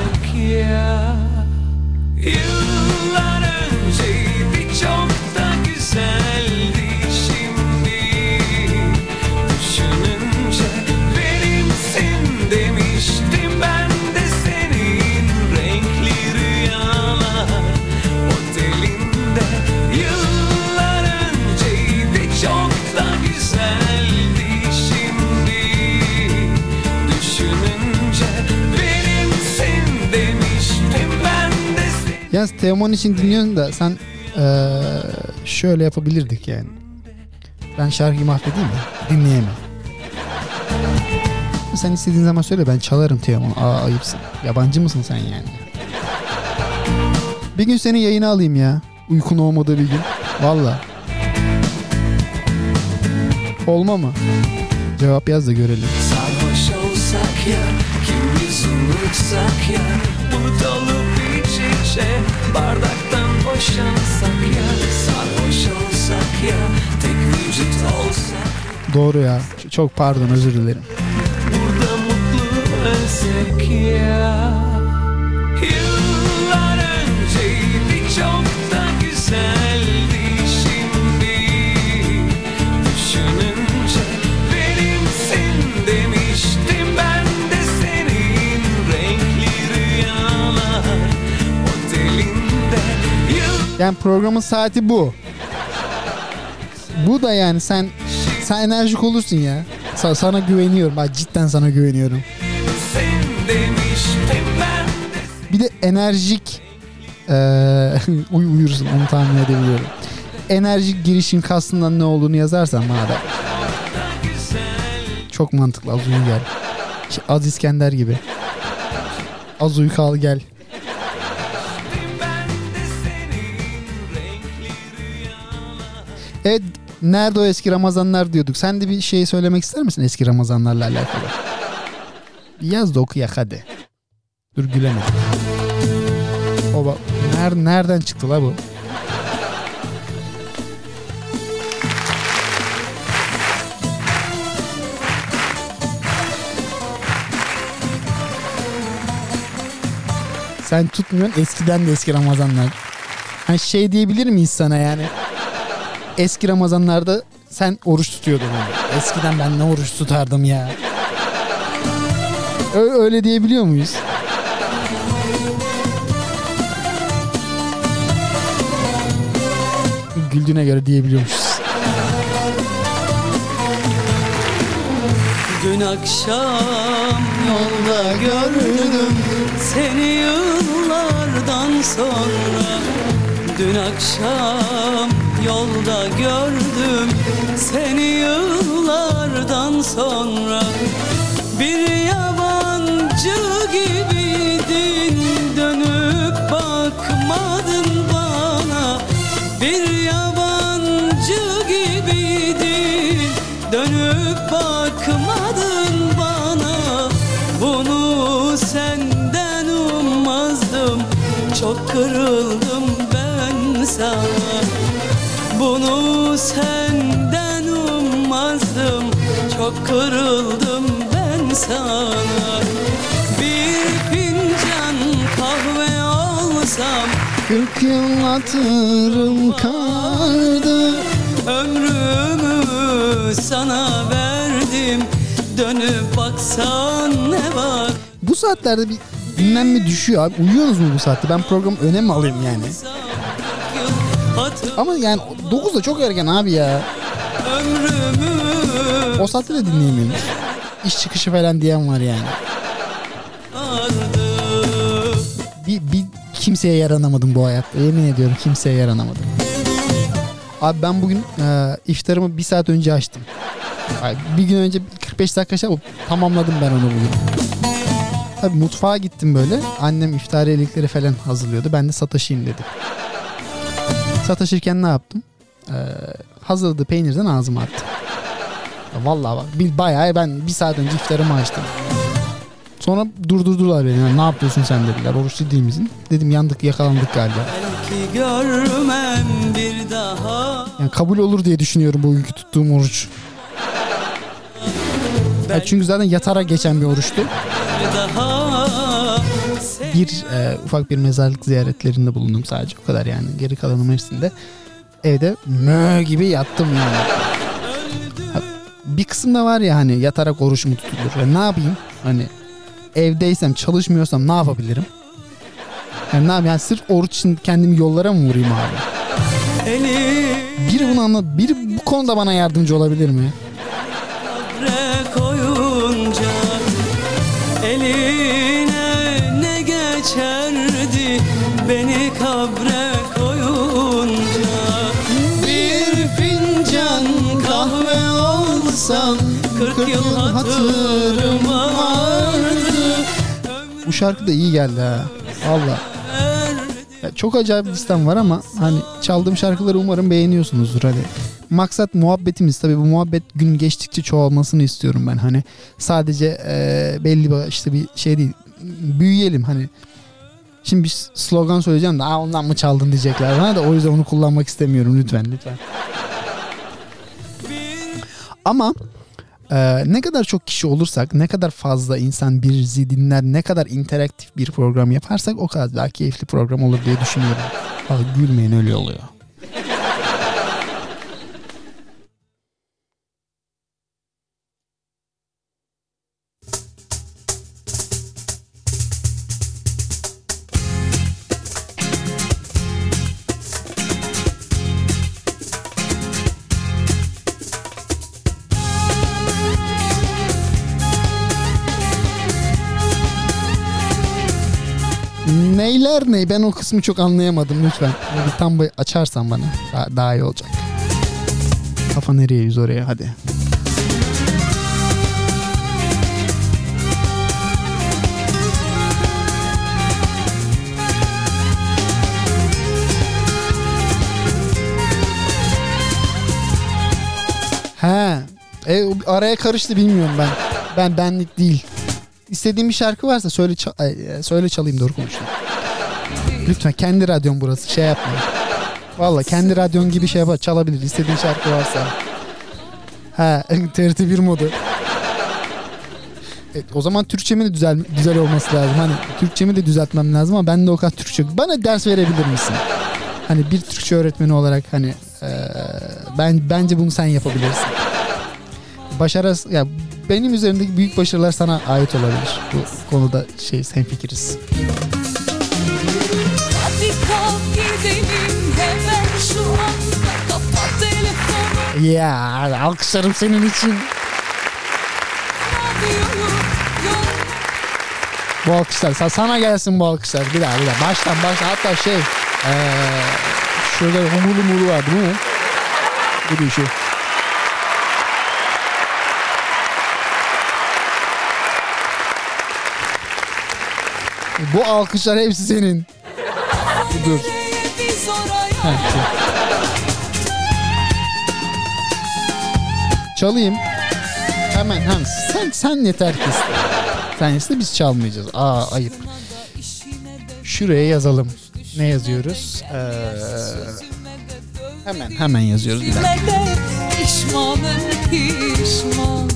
Yıllar önceydi, çok da güzeldi şimdi. Düşününce benimsin demiştim ben de senin renkli rüyalar otelinde. Yıllar önceydi, çok da güzeldi şimdi. Düşününce benimsin demiştim ben de senin. Yalnız Teoman için dinliyorsun da sen ee, şöyle yapabilirdik yani. Ben şarkıyı mahvedeyim mi? Dinleyemem. Sen istediğin zaman söyle, ben çalarım Teoman. Aa, ayıpsın. Yabancı mısın sen yani? Bir gün seni yayına alayım ya. Uykun olmadığı bir gün. Valla. Olma mı? Cevap yaz da görelim. Sarhoş olsak ya, kimiz unutsak ya, bulut olup iç içe bardaktan boşansak ya, sarhoş olsak ya, tek vücut olsak. Doğru ya. Çok pardon, özür dilerim. Burada mutlu ölsek ya. Yıllar önceydi, çok da güzeldi şimdi. Düşününce benimsin demiştim ben de senin renkli rüyalar otelinde. Yani programın saati bu. Bu da yani sen sen enerjik olursun ya. Sa- sana güveniyorum. Ben cidden sana güveniyorum. Bir de enerjik ee, uy uyursun, onu tahmin edebiliyorum. Enerjik girişin kastından ne olduğunu yazarsan bana da. Çok mantıklı. Az uyu gel. Az İskender gibi. Az uyu kal gel. Evet, nerede o eski Ramazanlar diyorduk. Sen de bir şey söylemek ister misin eski Ramazanlarla alakalı? Yaz da okuyak hadi. Dur, gülemedim. O bak, ner nereden çıktı la bu? Sen tutmuyorsun, eskiden de eski Ramazanlar. Hani şey diyebilir miyiz sana yani? Eski Ramazanlarda sen oruç tutuyordun yani. Eskiden ben ne oruç tutardım ya. Ö- öyle diyebiliyor muyuz? Güldüğüne göre diyebiliyormuşuz. Dün akşam yolda gördüm seni yıllardan sonra. Dün akşam yolda gördüm seni yıllardan sonra. Bir yabancı gibiydin, dönüp bakmadın bana. Bir yabancı gibiydin, dönüp bakmadın bana. Bunu senden ummazdım, çok kırıldım ben. ben sana. Bunu senden ummazdım, çok kırıldım ben sana. Bir fincan kahve alsam kırk yıl hatırım kaldı. Ömrümü sana verdim, dönüp baksan ne var. Bu saatlerde bir dinlenme düşüyor abi. Uyuyorsunuz mu bu saatte? Ben programı öne mi alayım yani? Ama yani dokuz da çok erken abi ya. Ömrümü o saatte de dinleyemiyormuş. İş çıkışı falan diyen var yani. Bir, bir kimseye yaranamadım bu hayatta. Yemin ediyorum kimseye yaranamadım. Abi ben bugün e, iftarımı bir saat önce açtım. Abi bir gün önce kırk beş dakika şey tamamladım ben onu bugün. Tabii mutfağa gittim böyle. Annem iftariyelikleri falan hazırlıyordu. Ben de sataşayım dedim. Sataşırken ne yaptım? Ee, hazırladığı peynirden ağzıma attım. Ya vallahi bak bir, bayağı ben bir saat önce iftarımı açtım. Sonra durdurdular beni. Yani, ne yapıyorsun sen dediler. Oruçlu değil misin? Dedim yandık yakalandık galiba. Belki görmem bir daha. Yani kabul olur diye düşünüyorum bugünkü tuttuğum oruç. Yani çünkü zaten yatarak geçen bir oruçtu. Bir e, ufak bir mezarlık ziyaretlerinde bulundum sadece. O kadar yani. Geri kalanım hepsinde evde mö gibi yattım yani. Ha, bir kısımda var ya hani yatarak oruç mu tutulur? Yani ne yapayım? Hani evdeysem çalışmıyorsam ne yapabilirim? Yani ne yapayım? Yani sırf oruç için kendimi yollara mı vurayım abi? Biri bunu anlat. Biri bu konuda bana yardımcı olabilir mi? Koyunca eline ne geçerdi beni kabre koyunca. Bir fincan kahve olsam kırk yıl hatırım vardı. Bu şarkı da iyi geldi ha. Valla. Ya çok acayip bir listem var ama hani çaldığım şarkıları umarım beğeniyorsunuzdur hadi. Maksat muhabbetimiz, tabii bu muhabbet gün geçtikçe çoğalmasını istiyorum ben. Hani sadece e, belli bir işte bir şey değil. Büyüyelim hani. Şimdi bir slogan söyleyeceğim de aa ondan mı çaldın diyecekler bana da, o yüzden onu kullanmak istemiyorum lütfen lütfen. Ama e, ne kadar çok kişi olursak, ne kadar fazla insan bizi dinler, ne kadar interaktif bir program yaparsak o kadar daha keyifli program olur diye düşünüyorum. Abi gülmeyin, öyle oluyor. Neyler ney? Ben o kısmı çok anlayamadım lütfen. Bir tam açarsan bana daha, daha iyi olacak. Kafa nereye yüz oraya hadi. He. E, araya karıştı bilmiyorum ben. Ben benlik değil. İstediğin bir şarkı varsa söyle çal- söyle çalayım, doğru konuştum. Lütfen, kendi radyon burası, şey yapma. Valla kendi radyon gibi şey yapar, çalabilir istediğin şarkı varsa. Ha, T R T bir modu. Evet, o zaman Türkçemin de güzel güzel olması lazım. Hani Türkçemi de düzeltmem lazım ama ben de o kadar Türkçe. Bana ders verebilir misin? Hani bir Türkçe öğretmeni olarak hani e, ben bence bunu sen yapabilirsin. Başarı ya, benim üzerimdeki büyük başarılar sana ait olabilir. Bu konuda şey hemfikiriz. Hadi kalk gidelim hemen şu anda, kapat telefonu. Ya alkışlarım senin için. Bu alkışlar sana gelsin, bu alkışlar. Bir daha bir daha baştan baştan, hatta şey ee, şurada humulu mulu var değil mi? Bu bir şey. Bu alkışlar hepsi senin. Dur. Heh, çalayım. Hemen hemen. Sen sen yeter ki iste. Sen iste, biz çalmayacağız. Aa ayıp. Şuraya yazalım. Ne yazıyoruz? Ee, hemen hemen yazıyoruz bir dakika. Pişmanım pişman,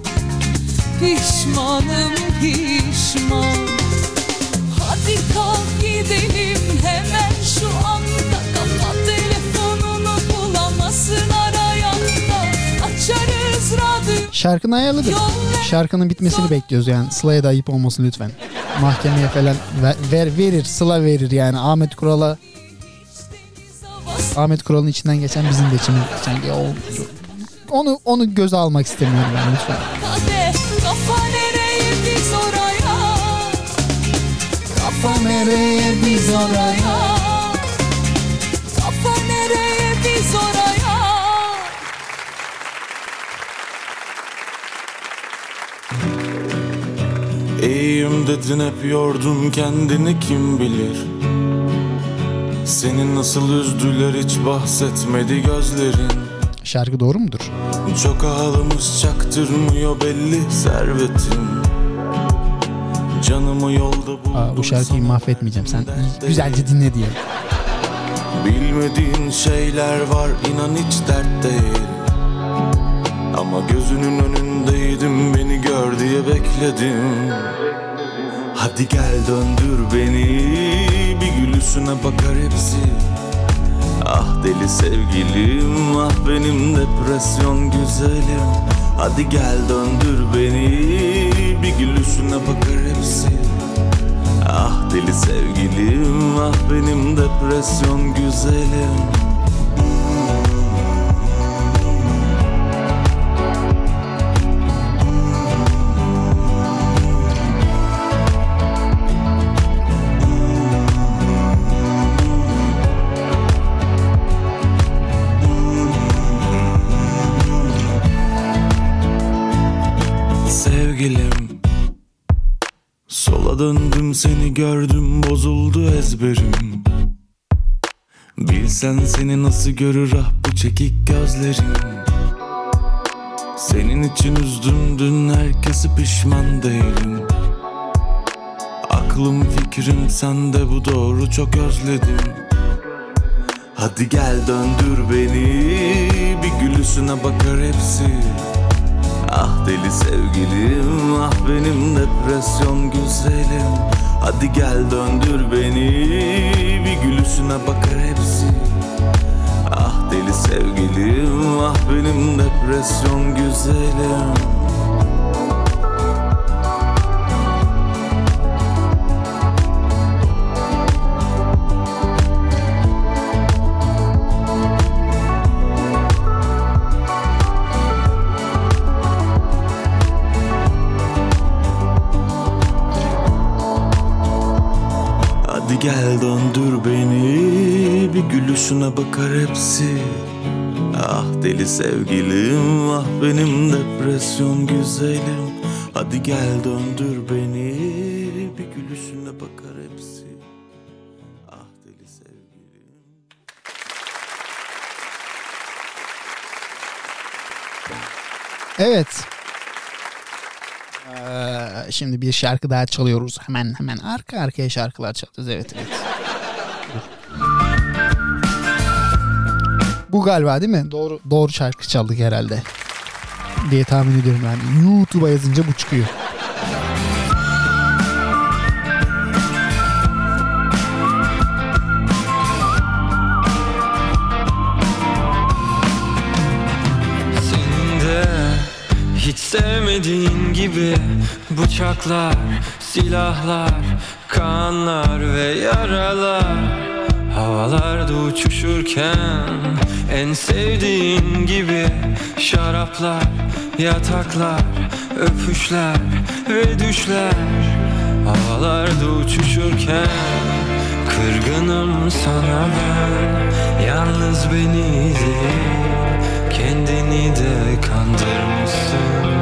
pişmanım pişman. Hadi kalk gidelim hemen şu anda. Kapat telefonunu bulamazsın arayanda. Açarız radyo. Şarkını ayarladık. Şarkının bitmesini bekliyoruz yani. Sıla'ya da ayıp olmasın lütfen. Mahkemeye falan ver, ver, verir. Sıla verir yani. Ahmet Kural'a Ahmet Kural'ın içinden geçen bizim de içinden geçen. O, onu onu göze almak istemiyorum ben lütfen. Kafa nereye biz oraya. Kafa nereye biz oraya. Kafa nereye biz oraya. İyiyim dedin hep yordun kendini kim bilir. Seni nasıl üzdüler hiç bahsetmedi gözlerin. Şarkı doğru mudur? Çok ağlamış çaktırmıyor belli servetim. Canımı yolda buldum. Aa, bu şarkıyı mahvetmeyeceğim sen güzelce dinle diye. Bilmediğin şeyler var inan hiç dert değil. Ama gözünün önündeydim beni gör diye bekledim. Hadi gel döndür beni bir gülüşüne bakar hepsi. Ah deli sevgilim ah benim depresyon güzelim. Hadi gel döndür beni bir gülüşüne bakar hepsi. Ah deli sevgilim ah benim depresyon güzelim. Sola döndüm seni gördüm bozuldu ezberim. Bilsen seni nasıl görür ah bu çekik gözlerim. Senin için üzdüm dün herkesi pişman değilim. Aklım fikrim sende bu doğru çok özledim. Hadi gel döndür beni bir gülüşüne bakar hepsi. Ah deli sevgilim ah benim depresyon güzelim. Hadi gel döndür beni bir gülüşüne bakar hepsi. Ah deli sevgilim ah benim depresyon güzelim. Hadi gel döndür beni bir gülüşüne bakar hepsi. Ah deli sevgilim ah benim depresyon güzelim. Hadi gel döndür beni bir gülüşüne bakar hepsi. Ah deli sevgilim. Evet. Ee, şimdi bir şarkı daha çalıyoruz. Hemen hemen arka arkaya şarkılar çalacağız. Evet evet. Bu galiba değil mi? Doğru doğru şarkı çaldık herhalde diye tahmin ediyorum ben. YouTube'a yazınca bu çıkıyor. Hiç sevmediğin gibi bıçaklar, silahlar, kanlar ve yaralar. Havalarda uçuşurken en sevdiğin gibi şaraplar, yataklar, öpüşler ve düşler. Havalarda uçuşurken kırgınım sana ben. Yalnız beni değil kendini de kandırmışsın.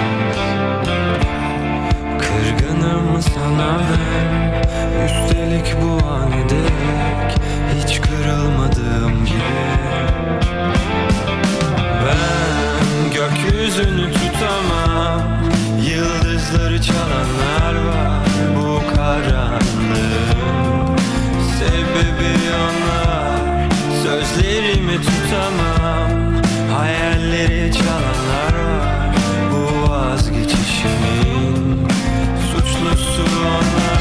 Kırgınım sana ben. Üstelik bu an dek hiç kırılmadığım gibi. Ben gökyüzünü tutamam. Yıldızları çalanlar var bu karanlığın sebebi. tutamam. Hayalleri çalanlar var, bu vazgeçişimin suçlusu onlar.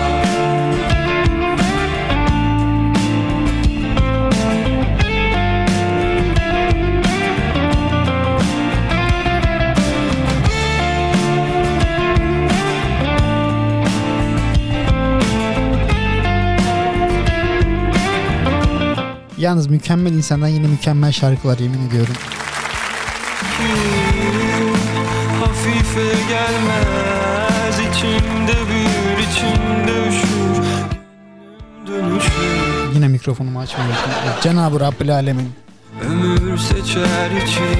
Yalnız mükemmel insandan yine mükemmel şarkılar, yemin ediyorum. Hafife gelmez, içimde büyür, içimde üşür, dönüşür. Yine mikrofonumu açmayı unuttum. Cenab-ı Rabbül Alemin. Ömür seçer için.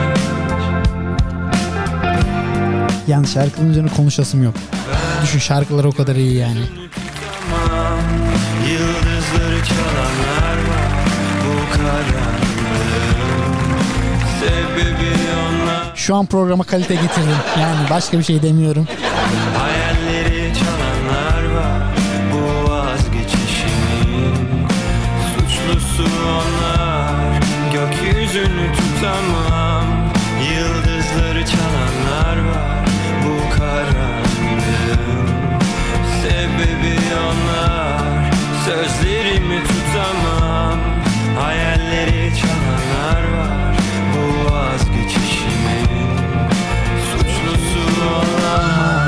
Yani şarkının üzerine konuşasım yok. Düşün, şarkılar o kadar iyi yani. Tamam, yıldızları çalanlar var, bu karanlığın sebebi onlar. Şu an programa kalite getirdim. Yani başka bir şey demiyorum. Hayalleri çalanlar var, bu vazgeçişimin suçlusu onlar. Gökyüzünü tutamam, yıldızları çalanlar var, bu karanlığın sebebi onlar. Sözlerimi tutamam, hayalleri çalanlar var, bu vazgeçişimin suçlusu onlar.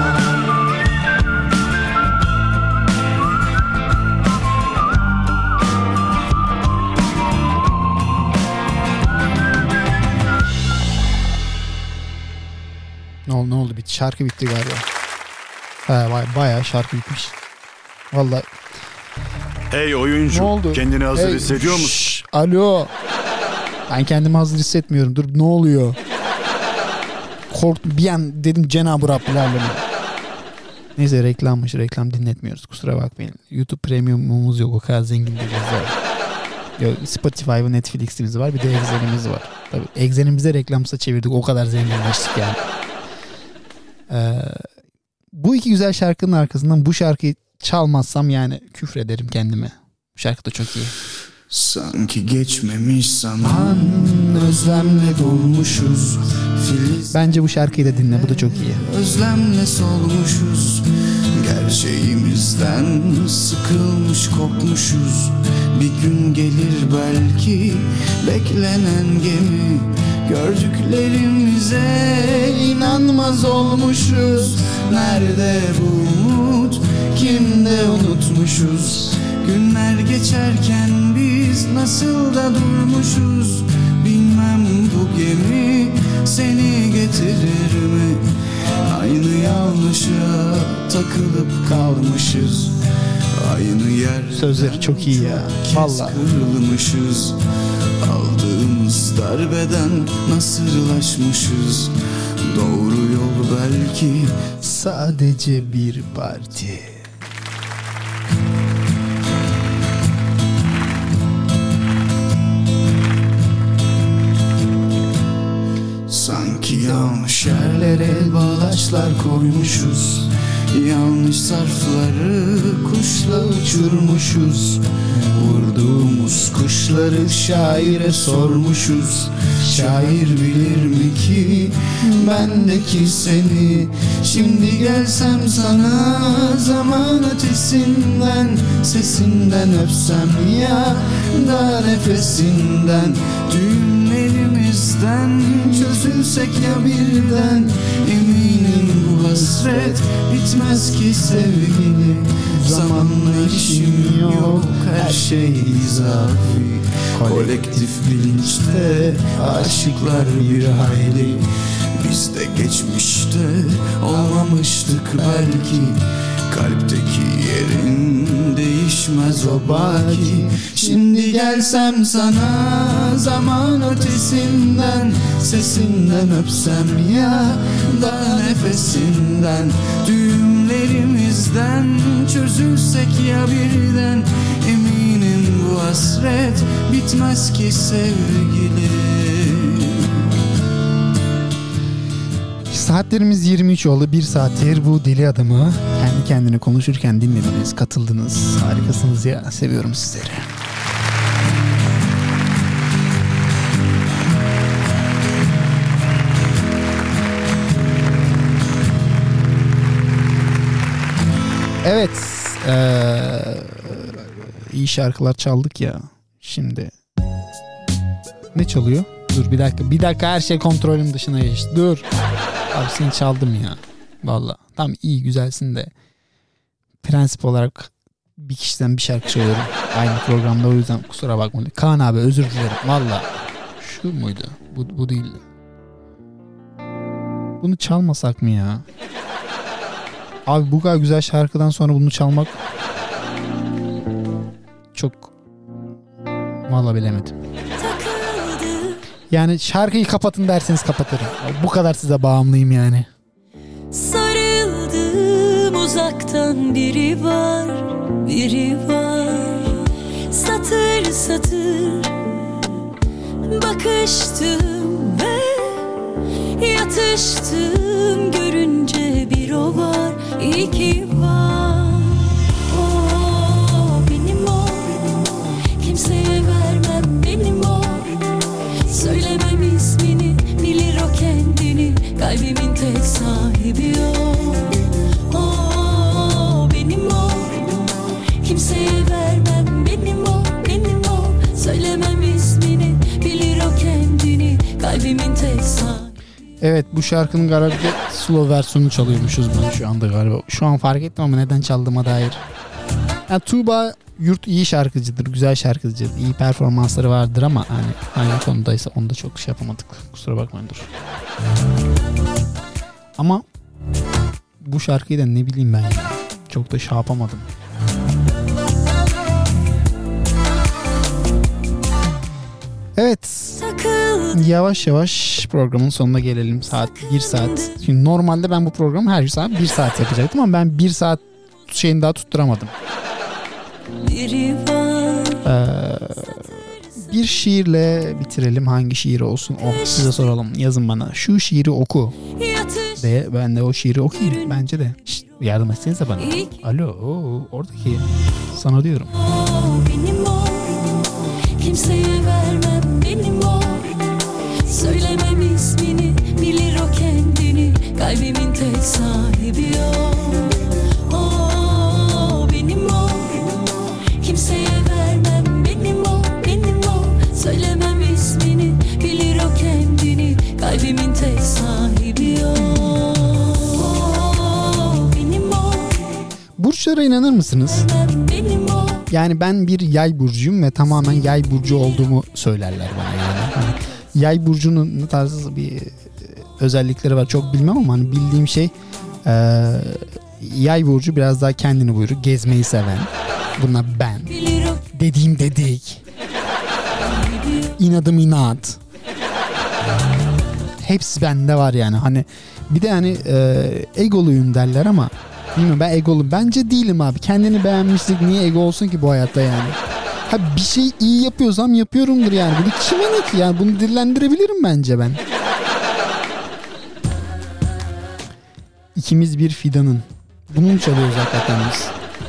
Ne oldu ne oldu bitti, şarkı bitti galiba. Ha, bayağı şarkı bitmiş. Vallahi. Hey oyuncu, ne oldu? Kendini hazır hey, hissediyor musun? Şş, alo. Ben kendimi hazır hissetmiyorum. Dur, ne oluyor? Korktum bir an, dedim Cenab-ı Rabbül Alemin. Neyse, reklammış, reklam dinletmiyoruz, kusura bakmayın. YouTube Premium'umuz yok, o kadar zengin değiliz. Yok, Spotify ve Netflix'imiz var, bir de Exxen'imiz var. Tabii Exxen'imize reklamsa çevirdik, o kadar zenginleştik yani. Ee, bu iki güzel şarkının arkasından bu şarkıyı çalmazsam yani küfrederim kendime. Bu şarkı da çok iyi. Sanki geçmemiş zaman, özlemle dolmuşuz. Filiz Bence bu şarkıyı da dinle, bu da çok iyi. Özlemle solmuşuz. Gerçeğimizden sıkılmış kopmuşuz. Bir gün gelir belki beklenen gemi. Gördüklerimize inanmaz olmuşuz. Nerede bu umut, kimde unutmuşuz. Günler geçerken biz nasıl da durmuşuz. Bilmem bu gemi seni getirir mi? Aynı yanlışa takılıp kalmışız. Aynı yer. Sözleri çok iyi ya. Vallahi. Kırılmışız. Aldığımız darbeden nasırlaşmışız. Doğru yol belki sadece bir parti. Sanki yanlış yerlere bağlaçlar koymuşuz. Yanlış zarfları kuşla uçurmuşuz. Vurduğumuz kuşları şaire sormuşuz. Şair bilir mi ki bendeki seni? Şimdi gelsem sana zaman ötesinden, sesinden öpsem ya da nefesinden. Düğümlerimizden çözülsek ya birden. Eminim bu hasret bitmez ki sevgili. Zamanla işim yok, her şey izafi. Kolektif bilinçte aşıklar bir hayli. Biz de geçmişte olmamıştık belki. Kalpteki yerin değişmez o baki. Şimdi gelsem sana zaman ötesinden, sesinden öpsem ya da nefesinden. Düğümlerimizden çözülsek ya birden. Eminim bu hasret bitmez ki sevgili. Saatlerimiz yirmi üç oldu. Bir saattir bu deli adamı kendi kendine konuşurken dinlediniz, katıldınız. Harikasınız ya. Seviyorum sizleri. Evet. Ee, iyi şarkılar çaldık ya. Şimdi. Ne çalıyor? Dur bir dakika. Bir dakika, her şey kontrolüm dışına geçti. Dur. Abi seni çaldım ya. Valla. Tam iyi, güzelsin de. Prensip olarak bir kişiden bir şarkı söylüyorum. Aynı programda, o yüzden kusura bakma. Kaan abi özür dilerim. Valla. Şu muydu? Bu, bu değildi. Bunu çalmasak mı ya? Abi bu kadar güzel şarkıdan sonra bunu çalmak çok, valla bilemedim. Yani şarkıyı kapatın derseniz kapatırım. Bu kadar size bağımlıyım yani. Sarıldım uzaktan, biri var, biri var. Satır satır bakıştım ve yatıştım, görünce bir o var, iki var. O benim o, kimseye vermem benim o. Söylemem ismini, bilir o kendini, kalbimin tek sahibi o. O benim o, kimseye vermem benim o, benim o. Söylemem ismini, bilir o kendini, kalbimin tek sahibi. Evet, bu şarkının galiba slow versiyonunu çalıyormuşuz ben şu anda galiba. Şu an fark ettim ama neden çaldığıma dair. Yani Tuğba Yurt iyi şarkıcıdır, güzel şarkıcıdır, iyi performansları vardır ama hani aynı konudaysa onu da çok şey yapamadık. Kusura bakmayın, dur. Ama bu şarkıyı da ne bileyim ben ya. Çok da şey yapamadım. Evet. Yavaş yavaş programın sonuna gelelim. Saat bir saat. Şimdi normalde ben bu programı her saat bir saat yapacaktım ama ben bir saat şeyini daha tutturamadım. Ee, bir şiirle bitirelim. Hangi şiir olsun? Oh, size soralım. Yazın bana. Şu şiiri oku. De, ben de o şiiri okuyayım. Bence de. Şişt, yardım etsenize bana. Alo. Oo, oradaki. Sana diyorum. Benim o, kimseye vermem benim o. Söylemem ismini, bilir o kendini, kalbimin tek sahibi o. O benim o, kimseye vermem benim o, benim o. Söylemem ismini, bilir o kendini, kalbimin tek sahibi o. O benim o. Burçlara inanır mısınız? Yani ben bir yay burcuyum ve tamamen yay burcu olduğumu söylerler bana yani. Hani yay burcunun ne tarz bir özellikleri var çok bilmem ama hani bildiğim şey e, yay burcu biraz daha kendini buyurur, gezmeyi seven. Buna ben. Dediğim dedik. İnadım inat. Hepsi bende var yani. Hani bir de hani e, egoluyum derler ama bilmiyorum, ben egolu bence değilim abi. Kendini beğenmişlik niye ego olsun ki bu hayatta yani? Ha, bir şey iyi yapıyorsam yapıyorumdur yani. Bunu kime ne ki yani, bunu dillendirebilirim bence ben. İkimiz bir fidanın. Bunu mu çalıyoruz hakikaten biz?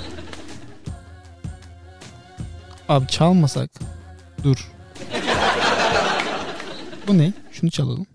Abi çalmasak. Dur. Bu ne? Şunu çalalım.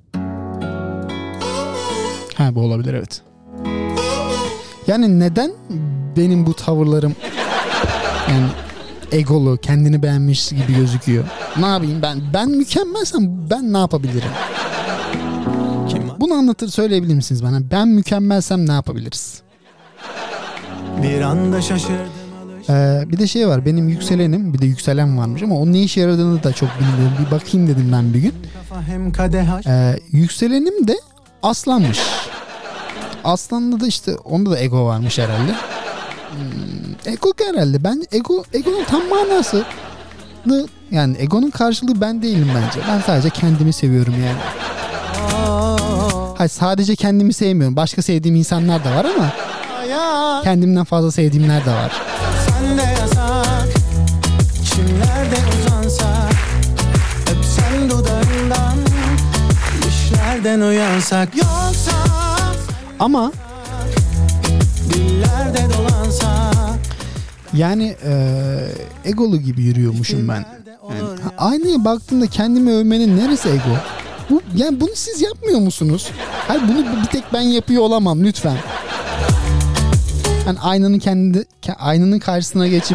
Ha, bu olabilir, evet. Yani neden benim bu tavırlarım yani egolu, kendini beğenmiş gibi gözüküyor? Ne yapayım ben? Ben mükemmelsem ben ne yapabilirim? Bunu anlatır söyleyebilir misiniz bana? Ben mükemmelsem ne yapabiliriz? Bir anda şaşırdım. Ee, bir de şey var, benim yükselenim, bir de yükselen varmış ama onun ne işe yaradığını da çok bilmiyorum. Bir bakayım dedim ben bir gün. Ee, yükselenim de aslanmış. Aslan'da da işte onda da ego varmış herhalde. Hmm, ego herhalde. Ben ego egonun tam manası yani egonun karşılığı ben değilim bence. Ben sadece kendimi seviyorum yani. Hayır, sadece kendimi sevmiyorum. Başka sevdiğim insanlar da var ama kendimden fazla sevdiğimler de var. Sen de yasak. Çimlerde uzansak. Öpsen dudağından. Düşlerden uyansak. Yoksa ama dillerde dolansak. Yani e, egolu gibi yürüyormuşum ben. Yani, aynaya baktığımda kendimi övmenin neresi ego? Bu, yani bunu siz yapmıyor musunuz? Hayır, bunu bir tek ben yapıyor olamam lütfen. Yani aynanın kendi aynanın karşısına geçip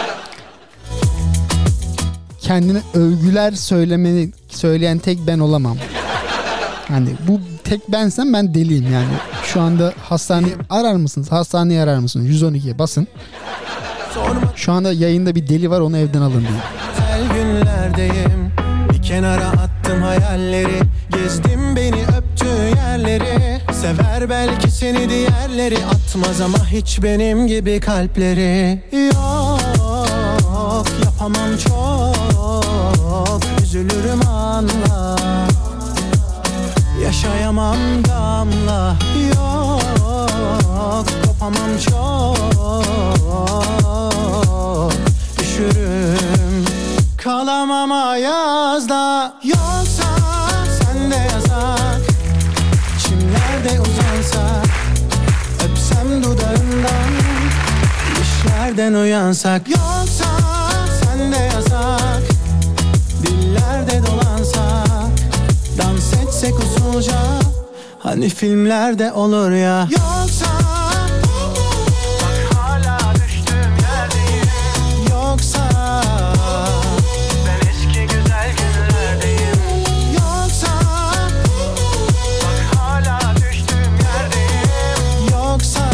kendine övgüler söylemeni söyleyen tek ben olamam. Yani bu tek bensem ben deliyim yani. Şu anda hastane arar mısınız? Hastaneyi arar mısınız? yüz on ikiye basın. Şu anda yayında bir deli var, onu evden alın diye. Güzel günlerdeyim. Bir kenara attım hayalleri. Gezdim beni öptüğü yerleri. Sever belki seni diğerleri. Atmaz ama hiç benim gibi kalpleri. Yok yapamam çok. Üzülürüm anla. Yaşayamam damla. Yok kopamam çok. Üşürüm kalamam ayazda. Yoksa sen de yasak. Çimlerde uzansak. Öpsem dudağından. Düşlerden uyansak. Yoksa sen de yasak. Dillerde dolansak. Dans etsek usulca. Hani filmlerde olur ya. Yoksa bak hala düştüğüm yerdeyim. Yoksa ben eski güzel günlerdeyim. Yoksa bak hala düştüğüm yerdeyim. Yoksa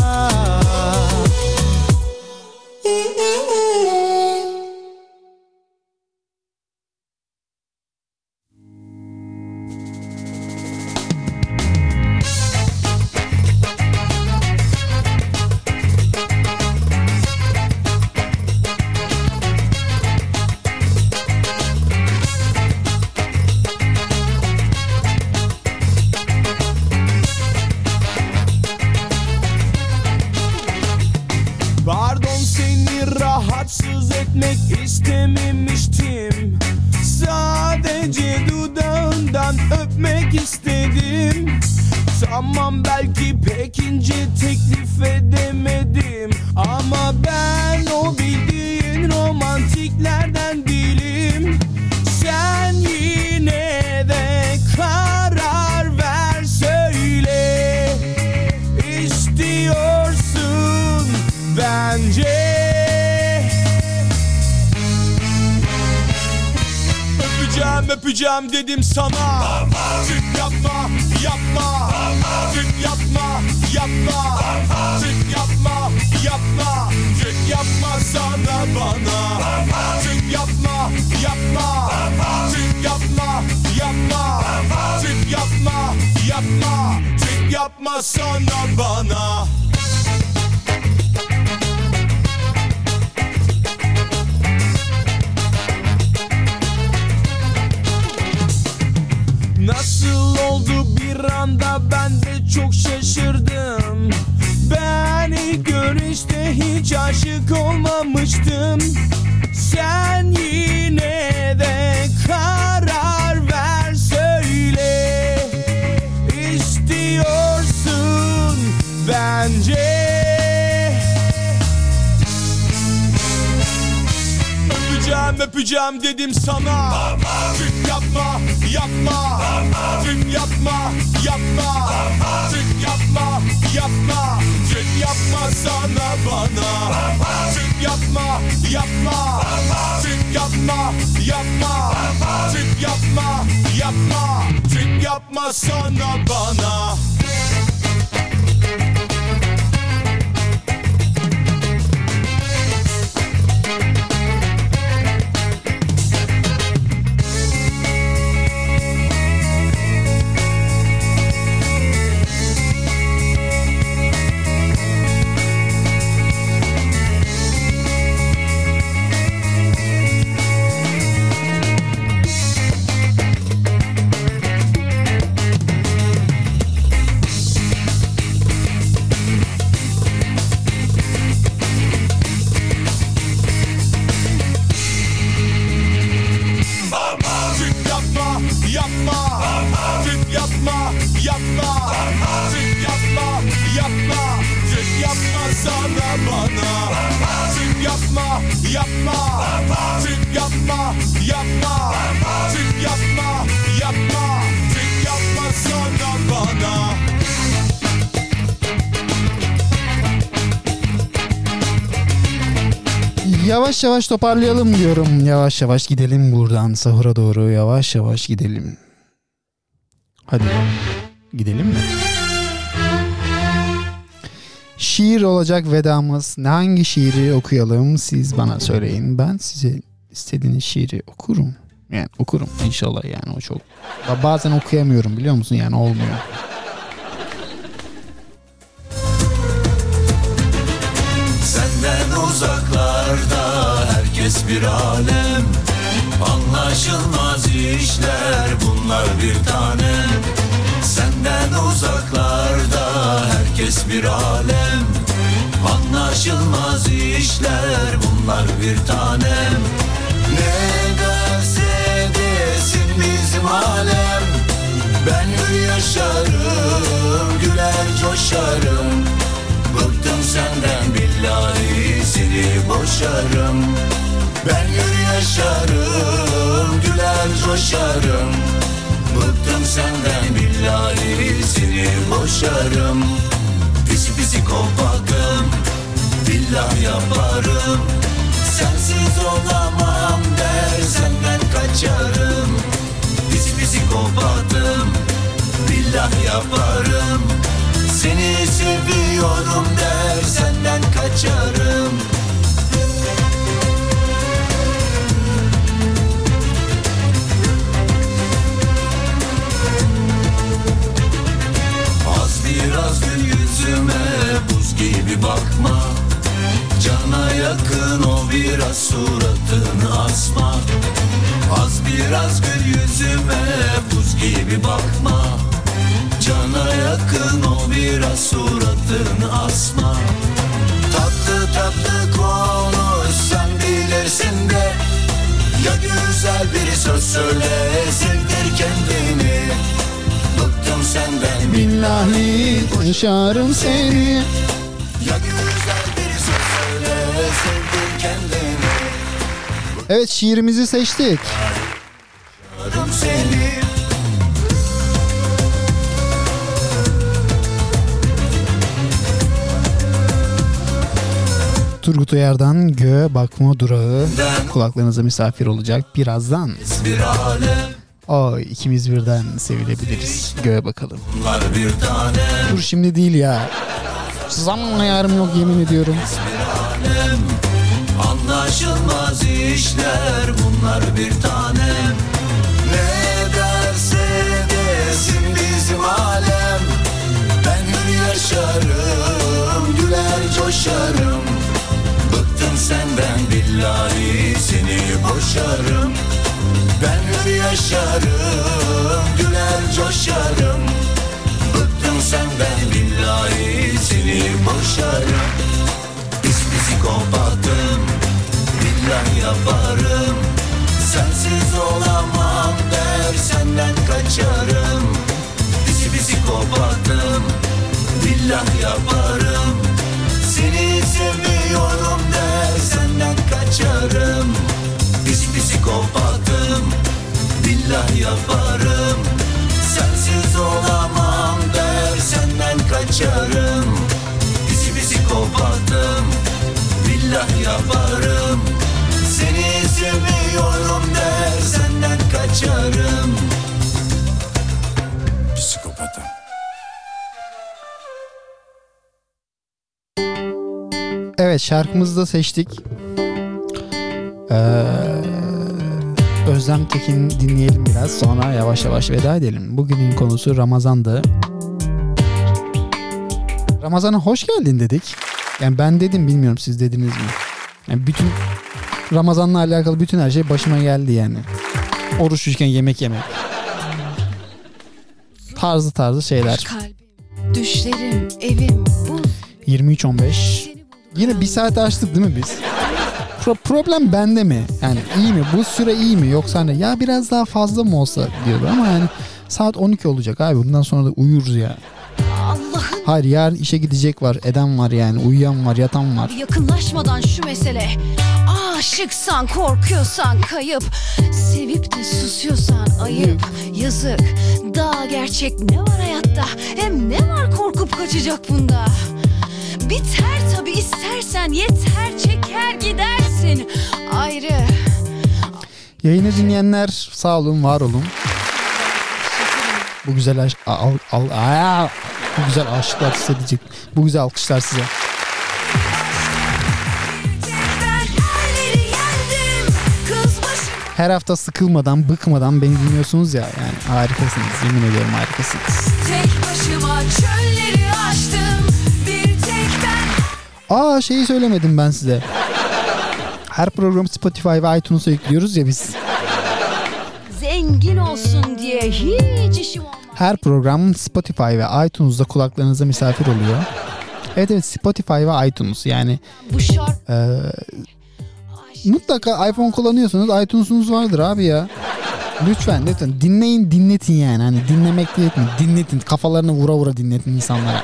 Pardon, seni rahatsız etmek istememiştim. Sadece dudağından öpmek istedim. Tamam, belki pek ince teklif edemedim. Ama ben o bildiğin romantiklerden değilim. Sen yine de karar ver, söyle. İstiyorsun bence. Öpeceğim öpeceğim dedim sana. Tık yapma yapma. Tık yapma yapma. Tık yapma yapma. Tık yapma sana bana. Tık yapma yapma. Tık yapma yapma. Tık yapma yapma. Tık yapma sana bana. Nasıl oldu bir anda, ben de çok şaşırdım. Ben ilk görüşte hiç aşık olmamıştım. Sen yine de karar ver, söyle. İstiyorsun bence. Öpeceğim öpeceğim dedim sana. Tık yapma yapma. Tık yapma yapma. Tık yapma yapma. Tık yapma sana bana. Tık yapma yapma. Tık yapma yapma. Tık yapma yapma. Tık yapma sana bana. yavaş yavaş toparlayalım diyorum. Yavaş yavaş gidelim buradan sahura doğru. Yavaş yavaş gidelim. Hadi gidelim mi? Şiir olacak vedamız. Hangi şiiri okuyalım? Siz bana söyleyin. Ben size istediğiniz şiiri okurum. Yani okurum inşallah, yani o çok. Bazen okuyamıyorum, biliyor musun, yani olmuyor. Senden uzaklarda herkes bir alem, anlaşılmaz işler bunlar bir tanem. Senden uzaklarda herkes bir alem, anlaşılmaz işler bunlar bir tanem. Ne derse desin bizim alem, ben hür yaşarım, güler coşarım. Bıktım senden billahi seni boşarım. Ben hür yaşarım, güler coşarım. Bıktım senden billahi seni boşarım. Pisi pisi kopakım, billah yaparım. Sensiz olamam der senden kaçarım. Pisi pisi kopakım, billah yaparım. Seni seviyorum der senden kaçarım. Az biraz gül yüzüme, buz gibi bakma. Cana yakın o biraz suratını asma. Az biraz gül yüzüme, buz gibi bakma. Cana yakın o biraz suratını asma. Tatlı tatlı konuş sen bilirsin de, ya güzel bir söz söyle sevdir kendini. Bıktım senden billahi boşarım seni. Ya güzel bir söz söyle sevdir kendini. Evet, şiirimizi seçtik. Boşarım seni. Turgut Uyar'dan Göğe Bakma Durağı kulaklarınıza misafir olacak birazdan. Oy, ikimiz birden sevilebiliriz. Göğe bakalım. Dur, şimdi değil ya. Zaman ayarım yok, yemin ediyorum. Anlaşılmaz işler bunlar bir tanem. Ne derse desin bizim alem, ben hür yaşarım, güler coşarım. Bıktım senden billahi seni boşarım. Ben hür yaşarım, güler coşarım. Bıktım senden billahi seni boşarım. Pis pisi kopatım, billah yaparım. Sensiz olamam der senden kaçarım. Pisi pisi kopatım, billah yaparım. Seni seviyorum der senden kaçarım. Pisi pisi kopatım, billah yaparım. Sensiz olamam der senden kaçarım. Pisi pisi kopatım, billah yaparım. Seni seviyorum der senden kaçarım. Psikopatım. Evet, şarkımızı da seçtik. Ee, Özlem Tekin dinleyelim biraz, sonra yavaş yavaş veda edelim. Bugünün konusu Ramazan'dı. Ramazan'a hoş geldin dedik. Yani ben dedim, bilmiyorum siz dediniz mi? Yani bütün Ramazan'la alakalı bütün her şey başıma geldi yani. Oruçluyken yemek yemek. Tarzı tarzı şeyler. Kalbim, düşlerim, evim, bu. yirmi üç on beş. Yine bir saat açtık değil mi biz? Pro- problem bende mi? Yani iyi mi? Bu süre iyi mi? Yoksa hani ya biraz daha fazla mı olsa diyordu ama yani saat on iki olacak abi. Bundan sonra da uyuruz ya. Allah'ım. Hayır, yarın işe gidecek var, eden var yani. Uyuyan var, yatan var. Yakınlaşmadan şu mesele. Aşıksan, korkuyorsan kayıp. Sevip de susuyorsan ayıp. Yazık. Daha gerçek ne var hayatta? Hem ne var korkup kaçacak bunda? Biter tabi istersen, yeter çeker gidersin. sensin ayrı. Yayını dinleyenler sağ olun, var olun. Bu güzel aş- al, al, aa, bu güzel aşıklar hissedecek. Bu güzel alkışlar size. Her hafta sıkılmadan, bıkmadan beni dinliyorsunuz ya. Yani harikasınız. Yemin ediyorum harikasınız. Tek başıma çölleri aştım. Bir tek ben. Aa şeyi söylemedim ben size. Her programı Spotify ve iTunes'a yüklüyoruz ya biz. Zengin olsun diye hiç işim olmaz. Her program Spotify ve iTunes'da kulaklarınıza misafir oluyor. Evet evet, Spotify ve iTunes yani. Bu şarkı. E, mutlaka iPhone kullanıyorsanız iTunes'unuz vardır abi ya. Lütfen lütfen dinleyin, dinletin yani. Hani dinlemek değil mi? Dinletin. Kafalarını vura vura dinletin insanlara.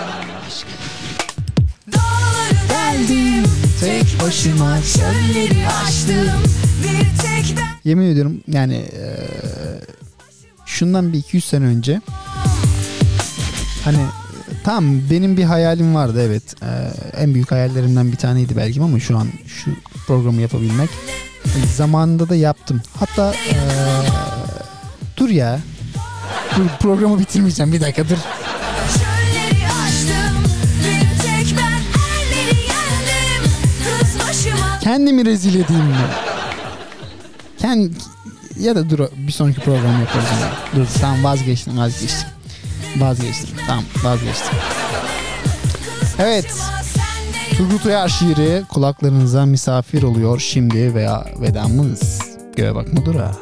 Geldim tek başıma çölleri aştım. Bir tek ben. Yemin ediyorum yani e, şundan bir iki yüz sene önce hani tamam benim bir hayalim vardı evet. E, en büyük hayallerimden bir taneydi belki ama şu an şu programı yapabilmek. E, zamanında da yaptım. Hatta e, dur ya. Dur, programı bitirmeyeceğim bir dakika dur. Çölleri aştım. Bir tek ben herleri yendim. Kız başıma. Kendimi rezil edeyim mi? Kend ya da dur bir sonraki program yaparız. Dur tamam vazgeçtim vazgeçtim. Vazgeçtim tamam vazgeçtim. Evet. Turgut Uyar şiiri kulaklarınıza misafir oluyor şimdi veya vedamız. Göğe bak mıdır ha?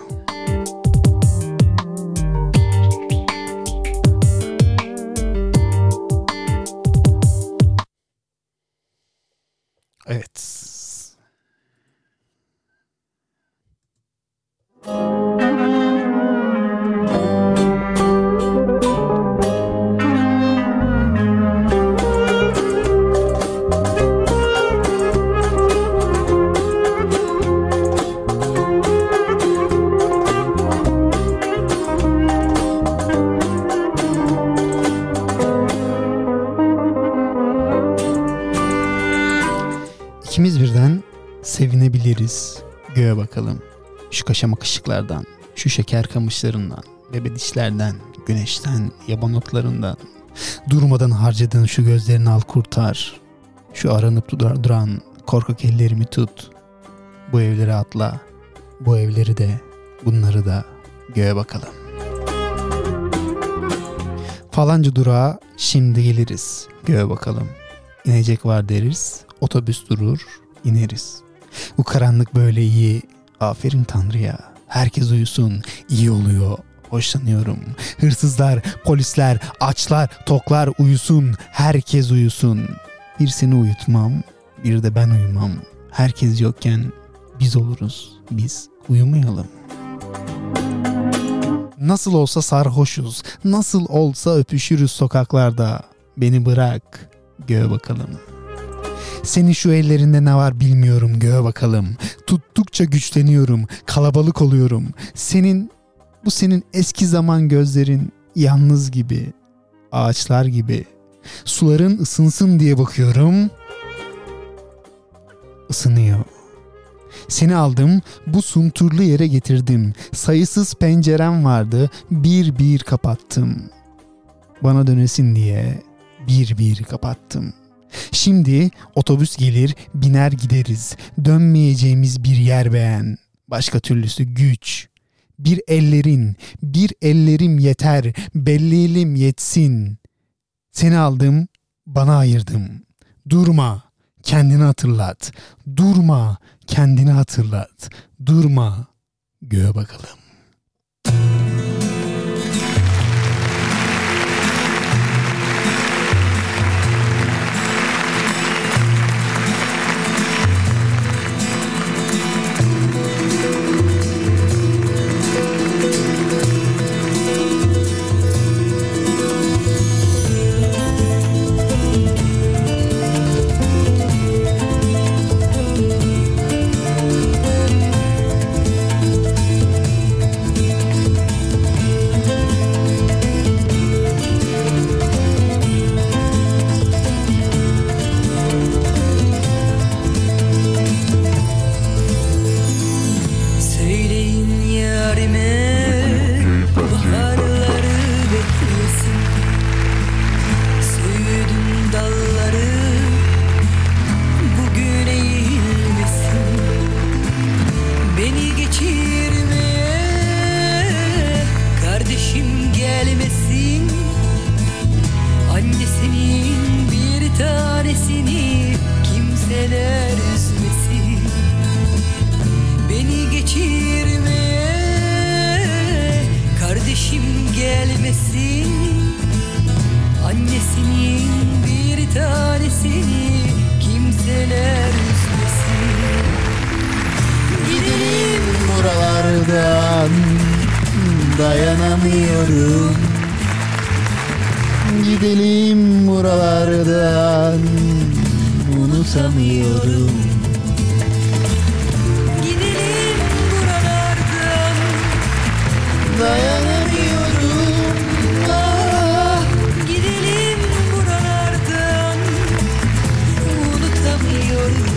Evet. İkimiz birden sevinebiliriz. Göğe bakalım. Şu kaşamak ışıklardan, şu şeker kamışlarından, bebe dişlerden, güneşten, yaban otlarından. Durmadan harcadığın şu gözlerini al kurtar. Şu aranıp dur- duran korkak ellerimi tut. Bu evlere atla. Bu evleri de, bunları da göğe bakalım. Falanca durağa şimdi geliriz. Göğe bakalım. İnecek var deriz. Otobüs durur, ineriz. Bu karanlık böyle iyi. Aferin Tanrı'ya. Herkes uyusun. İyi oluyor. Hoşlanıyorum. Hırsızlar, polisler, açlar, toklar uyusun. Herkes uyusun. Bir seni uyutmam, bir de ben uyumam. Herkes yokken biz oluruz. Biz uyumayalım. Nasıl olsa sarhoşuz. Nasıl olsa öpüşürüz sokaklarda. Beni bırak. Göğe bakalım. Senin şu ellerinde ne var bilmiyorum göğe bakalım. Tuttukça güçleniyorum, kalabalık oluyorum. Senin, bu senin eski zaman gözlerin yalnız gibi, ağaçlar gibi. Suların ısınsın diye bakıyorum. Isınıyor. Seni aldım, bu sumturlu yere getirdim. Sayısız pencerem vardı, bir bir kapattım. Bana dönesin diye bir bir kapattım. Şimdi otobüs gelir, biner gideriz. Dönmeyeceğimiz bir yer beğen. Başka türlüsü güç. Bir ellerin, bir ellerim yeter. Belleğim yetsin. Seni aldım, bana ayırdım. Durma, kendini hatırlat. Durma, kendini hatırlat. Durma, göğe bakalım. geçirmeye kardeşim gelmesin, annesinin bir tanesini kimseler üzmesin. Beni geçirmeye kardeşim gelmesin, annesinin bir tanesini kimseler üzmesin. Gidelim buralardan, dayanamıyorum. Gidelim buralardan, unutamıyorum. Gidelim buralardan, dayanamıyorum. Ah, gidelim buralardan, unutamıyorum.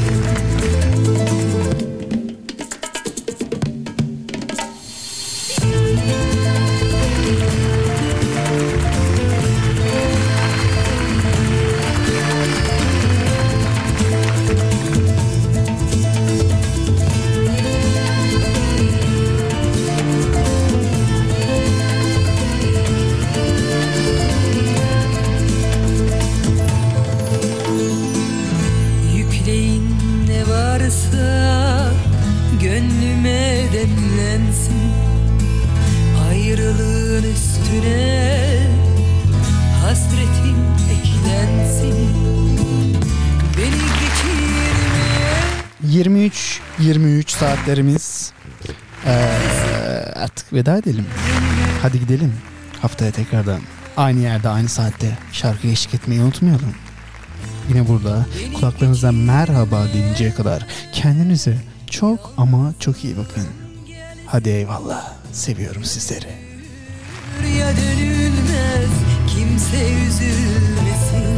Yükleyin ne varsa gönlüme demlensin, ayrılığın üstüne hasretin eklensin. Beni geçirmeye yirmi üç yirmi üç saatlerimiz. Ee, artık veda edelim. Hadi gidelim. Haftaya tekrardan aynı yerde aynı saatte şarkı eşlik etmeyi unutmayalım. Yine burada kulaklarınıza merhaba deyinceye kadar kendinize çok ama çok iyi bakın. Hadi eyvallah. Seviyorum sizleri. ya dönülmez, kimse üzülmesin.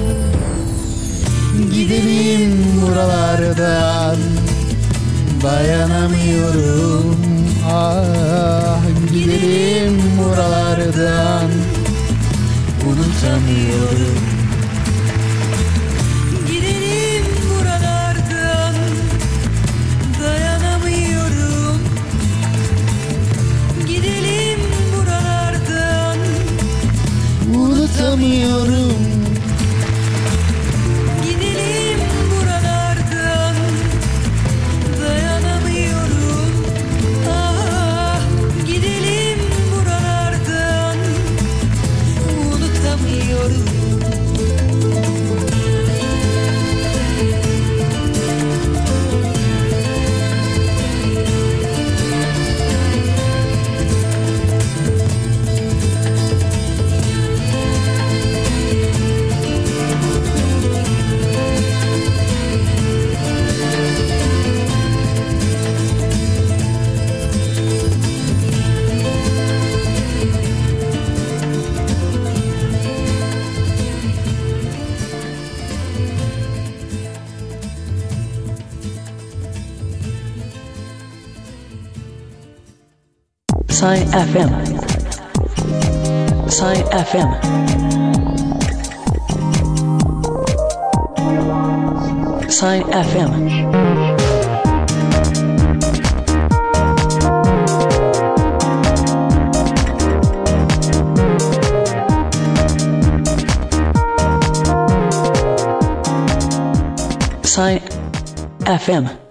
Gidelim buralardan, dayanamıyorum. Ah, gidelim buralardan, unutamıyorum. Gidelim buralardan, dayanamıyorum. Gidelim buralardan, unutamıyorum. Gidelim buralardan, dayanamıyorum. Ah, gidelim buralardan, unutamıyorum. Sign F M. Sign F M. Sign F M. Sign F M.